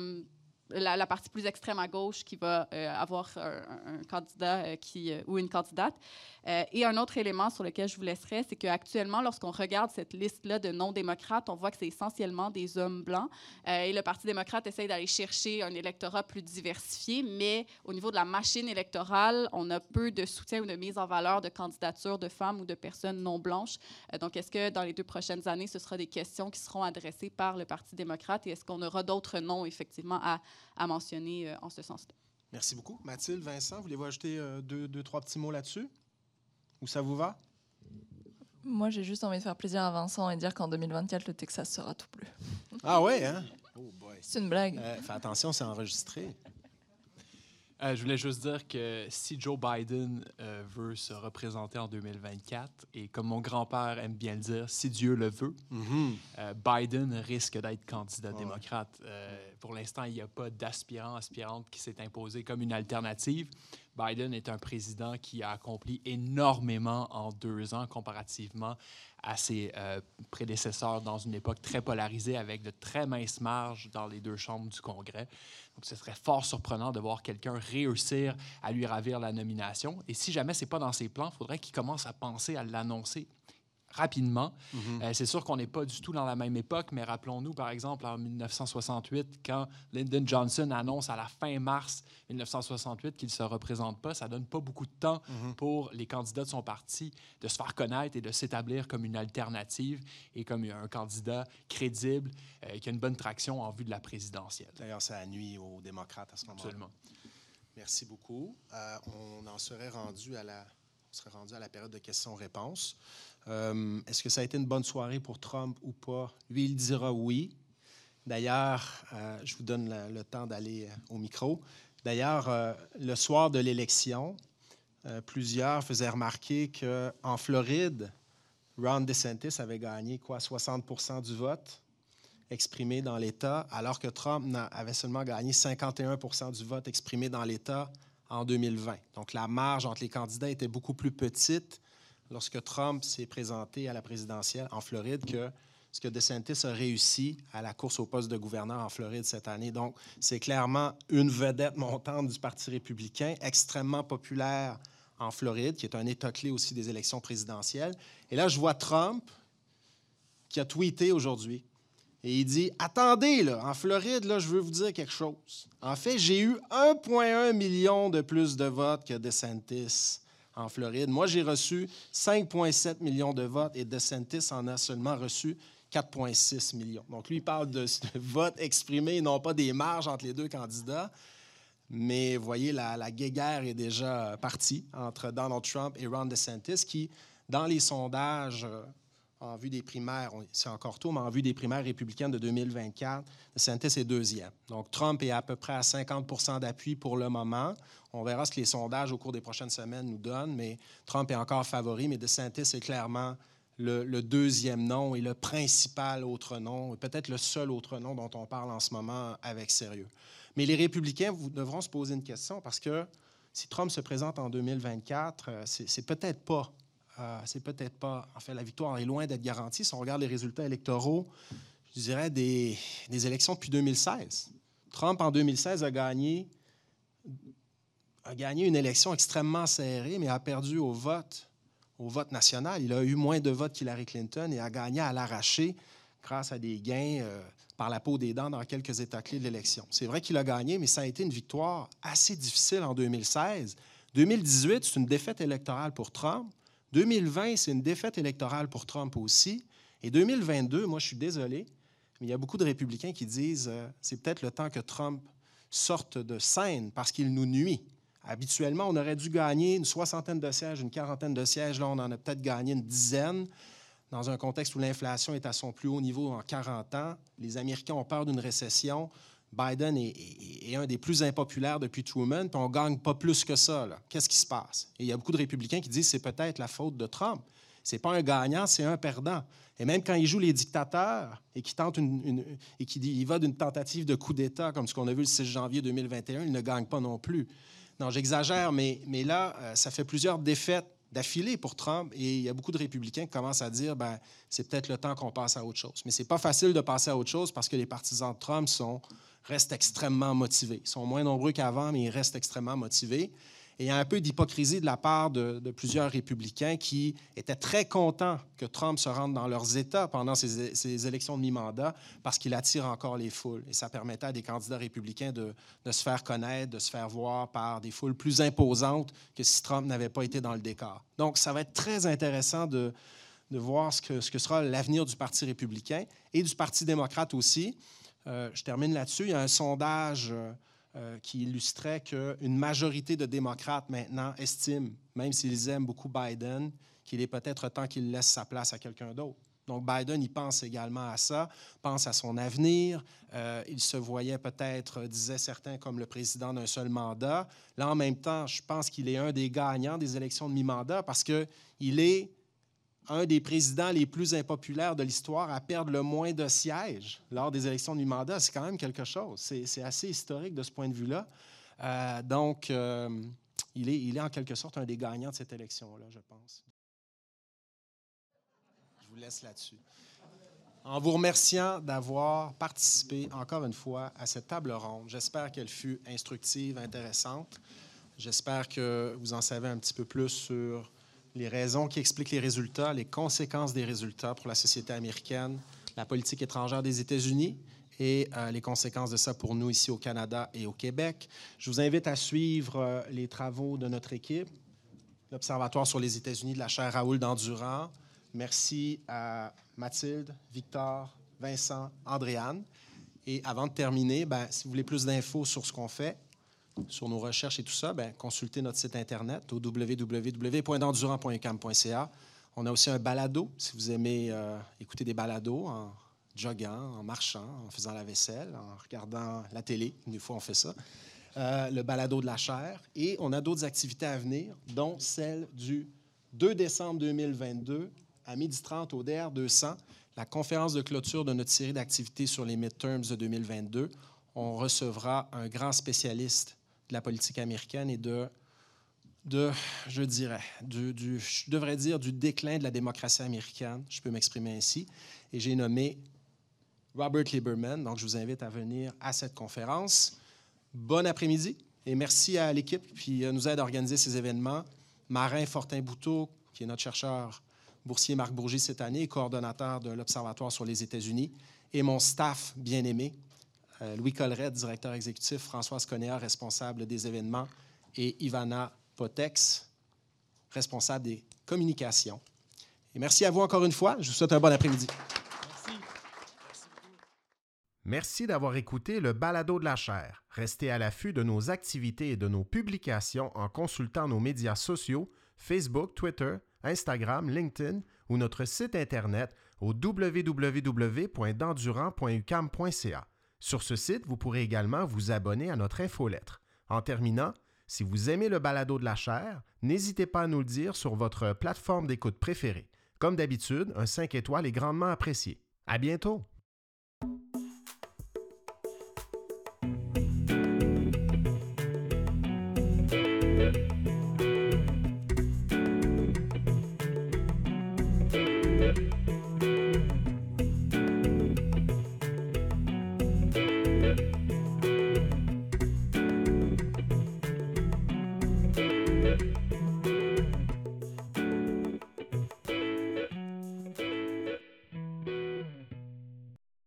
la partie plus extrême à gauche qui va avoir un candidat ou une candidate. Et un autre élément sur lequel je vous laisserai, c'est qu'actuellement, lorsqu'on regarde cette liste-là de non-démocrates, on voit que c'est essentiellement des hommes blancs. Et le Parti démocrate essaie d'aller chercher un électorat plus diversifié, mais au niveau de la machine électorale, on a peu de soutien ou de mise en valeur de candidatures de femmes ou de personnes non blanches. Donc, est-ce que dans les 2 prochaines années, ce sera des questions qui seront adressées par le Parti démocrate et est-ce qu'on aura d'autres noms, effectivement, à mentionner en ce sens-là? Merci beaucoup. Mathilde, Vincent, voulez-vous ajouter 2-3 petits mots là-dessus? Ou ça vous va? Moi, j'ai juste envie de faire plaisir à Vincent et dire qu'en 2024, le Texas sera tout bleu. Ah ouais, hein? Oh boy. C'est une blague. Fais attention, c'est enregistré. Je voulais juste dire que si Joe Biden veut se représenter en 2024, et comme mon grand-père aime bien le dire, si Dieu le veut, Biden risque d'être candidat démocrate. Pour l'instant, il n'y a pas aspirante qui s'est imposé comme une alternative. Biden est un président qui a accompli énormément en 2 ans comparativement à ses prédécesseurs dans une époque très polarisée avec de très minces marges dans les 2 chambres du Congrès. Donc, ce serait fort surprenant de voir quelqu'un réussir à lui ravir la nomination. Et si jamais ce n'est pas dans ses plans, il faudrait qu'il commence à penser à l'annoncer rapidement. C'est sûr qu'on n'est pas du tout dans la même époque, mais rappelons-nous, par exemple, en 1968, quand Lyndon Johnson annonce à la fin mars 1968 qu'il ne se représente pas, ça ne donne pas beaucoup de temps pour les candidats de son parti de se faire connaître et de s'établir comme une alternative et comme un candidat crédible qui a une bonne traction en vue de la présidentielle. D'ailleurs, ça nuit aux démocrates à ce moment-là. Absolument. Merci beaucoup. On serait rendu à la période de questions-réponses. Est-ce que ça a été une bonne soirée pour Trump ou pas? Lui, il dira oui. D'ailleurs, je vous donne le temps d'aller au micro. D'ailleurs, le soir de l'élection, plusieurs faisaient remarquer qu'en Floride, Ron DeSantis avait gagné 60 % du vote exprimé dans l'État, alors que Trump avait seulement gagné 51 % du vote exprimé dans l'État en 2020. Donc, la marge entre les candidats était beaucoup plus petite lorsque Trump s'est présenté à la présidentielle en Floride que ce que DeSantis a réussi à la course au poste de gouverneur en Floride cette année. Donc, c'est clairement une vedette montante du Parti républicain, extrêmement populaire en Floride, qui est un État clé aussi des élections présidentielles. Et là, je vois Trump qui a tweeté aujourd'hui. Et il dit, attendez, là, en Floride, là, je veux vous dire quelque chose. En fait, j'ai eu 1,1 million de plus de votes que DeSantis en Floride. Moi, j'ai reçu 5,7 millions de votes et DeSantis en a seulement reçu 4,6 millions. Donc, lui, il parle de votes exprimés, non pas des marges entre les 2 candidats. Mais vous voyez, la guéguerre est déjà partie entre Donald Trump et Ron DeSantis qui, dans les sondages en vue des primaires, c'est encore tôt, mais en vue des primaires républicaines de 2024, DeSantis est 2e. Donc, Trump est à peu près à 50 % d'appui pour le moment. On verra ce que les sondages au cours des prochaines semaines nous donnent, mais Trump est encore favori, mais DeSantis est clairement le 2e nom et le principal autre nom, et peut-être le seul autre nom dont on parle en ce moment avec sérieux. Mais les républicains devront se poser une question parce que si Trump se présente en 2024, c'est peut-être pas... en fait, la victoire est loin d'être garantie. Si on regarde les résultats électoraux, je dirais des élections depuis 2016. Trump, en 2016, a gagné une élection extrêmement serrée, mais a perdu au vote national. Il a eu moins de votes qu'Hillary Clinton et a gagné à l'arraché grâce à des gains par la peau des dents dans quelques États clés de l'élection. C'est vrai qu'il a gagné, mais ça a été une victoire assez difficile en 2016. 2018, c'est une défaite électorale pour Trump. 2020, c'est une défaite électorale pour Trump aussi. Et 2022, moi, je suis désolé, mais il y a beaucoup de républicains qui disent c'est peut-être le temps que Trump sorte de scène parce qu'il nous nuit. Habituellement, on aurait dû gagner une 60aine de sièges, une 40aine de sièges. Là, on en a peut-être gagné une 10aine. Dans un contexte où l'inflation est à son plus haut niveau en 40 ans, les Américains ont peur d'une récession. Biden est un des plus impopulaires depuis Truman, puis on ne gagne pas plus que ça. Qu'est-ce qui se passe? Et il y a beaucoup de républicains qui disent que c'est peut-être la faute de Trump. Ce n'est pas un gagnant, c'est un perdant. Et même quand il joue les dictateurs et qu'il tente il va d'une tentative de coup d'État, comme ce qu'on a vu le 6 janvier 2021, il ne gagne pas non plus. Non, j'exagère, mais là, ça fait plusieurs défaites d'affilée pour Trump et il y a beaucoup de républicains qui commencent à dire c'est peut-être le temps qu'on passe à autre chose. Mais ce n'est pas facile de passer à autre chose parce que les partisans de Trump restent extrêmement motivés. Ils sont moins nombreux qu'avant, mais ils restent extrêmement motivés. Et il y a un peu d'hypocrisie de la part de plusieurs républicains qui étaient très contents que Trump se rende dans leurs États pendant ces élections de mi-mandat parce qu'il attire encore les foules. Et ça permettait à des candidats républicains de se faire connaître, de se faire voir par des foules plus imposantes que si Trump n'avait pas été dans le décor. Donc, ça va être très intéressant de voir ce que sera l'avenir du Parti républicain et du Parti démocrate aussi. Je termine là-dessus. Il y a un sondage qui illustrait qu'une majorité de démocrates maintenant estiment, même s'ils aiment beaucoup Biden, qu'il est peut-être temps qu'il laisse sa place à quelqu'un d'autre. Donc, Biden, il pense également à ça, pense à son avenir. Il se voyait peut-être, disaient certains, comme le président d'un seul mandat. Là, en même temps, je pense qu'il est un des gagnants des élections de mi-mandat parce qu'il est un des présidents les plus impopulaires de l'histoire à perdre le moins de sièges lors des élections de mi-mandat. C'est quand même quelque chose. C'est assez historique de ce point de vue-là. Donc, il est en quelque sorte un des gagnants de cette élection-là, je pense. Je vous laisse là-dessus. En vous remerciant d'avoir participé encore une fois à cette table ronde, j'espère qu'elle fut instructive, intéressante. J'espère que vous en savez un petit peu plus sur les raisons qui expliquent les résultats, les conséquences des résultats pour la société américaine, la politique étrangère des États-Unis et les conséquences de ça pour nous ici au Canada et au Québec. Je vous invite à suivre les travaux de notre équipe, l'Observatoire sur les États-Unis de la chaire Raoul Dandurand. Merci à Mathilde, Victor, Vincent, Andréane. Et avant de terminer, si vous voulez plus d'infos sur ce qu'on fait, sur nos recherches et tout ça, consultez notre site Internet au www.dandurand.uqam.ca. On a aussi un balado, si vous aimez écouter des balados en joguant, en marchant, en faisant la vaisselle, en regardant la télé. Des fois, on fait ça. Le balado de la chaire. Et on a d'autres activités à venir, dont celle du 2 décembre 2022 à 12h30 au DR 200, la conférence de clôture de notre série d'activités sur les midterms de 2022. On recevra un grand spécialiste de la politique américaine et du déclin de la démocratie américaine, je peux m'exprimer ainsi. Et j'ai nommé Robert Lieberman, donc je vous invite à venir à cette conférence. Bon après-midi et merci à l'équipe qui nous aide à organiser ces événements. Marin Fortin-Bouteau, qui est notre chercheur boursier Marc Bourgie cette année, coordonnateur de l'Observatoire sur les États-Unis, et mon staff bien-aimé, Louis Collerette, directeur exécutif, Françoise Conéa, responsable des événements, et Ivana Potex, responsable des communications. Et merci à vous encore une fois. Je vous souhaite un bon après-midi. Merci. Merci d'avoir écouté le balado de la chaire. Restez à l'affût de nos activités et de nos publications en consultant nos médias sociaux, Facebook, Twitter, Instagram, LinkedIn ou notre site Internet au www.dandurand.uqam.ca. Sur ce site, vous pourrez également vous abonner à notre infolettre. En terminant, si vous aimez le balado de la chaire, n'hésitez pas à nous le dire sur votre plateforme d'écoute préférée. Comme d'habitude, un 5 étoiles est grandement apprécié. À bientôt!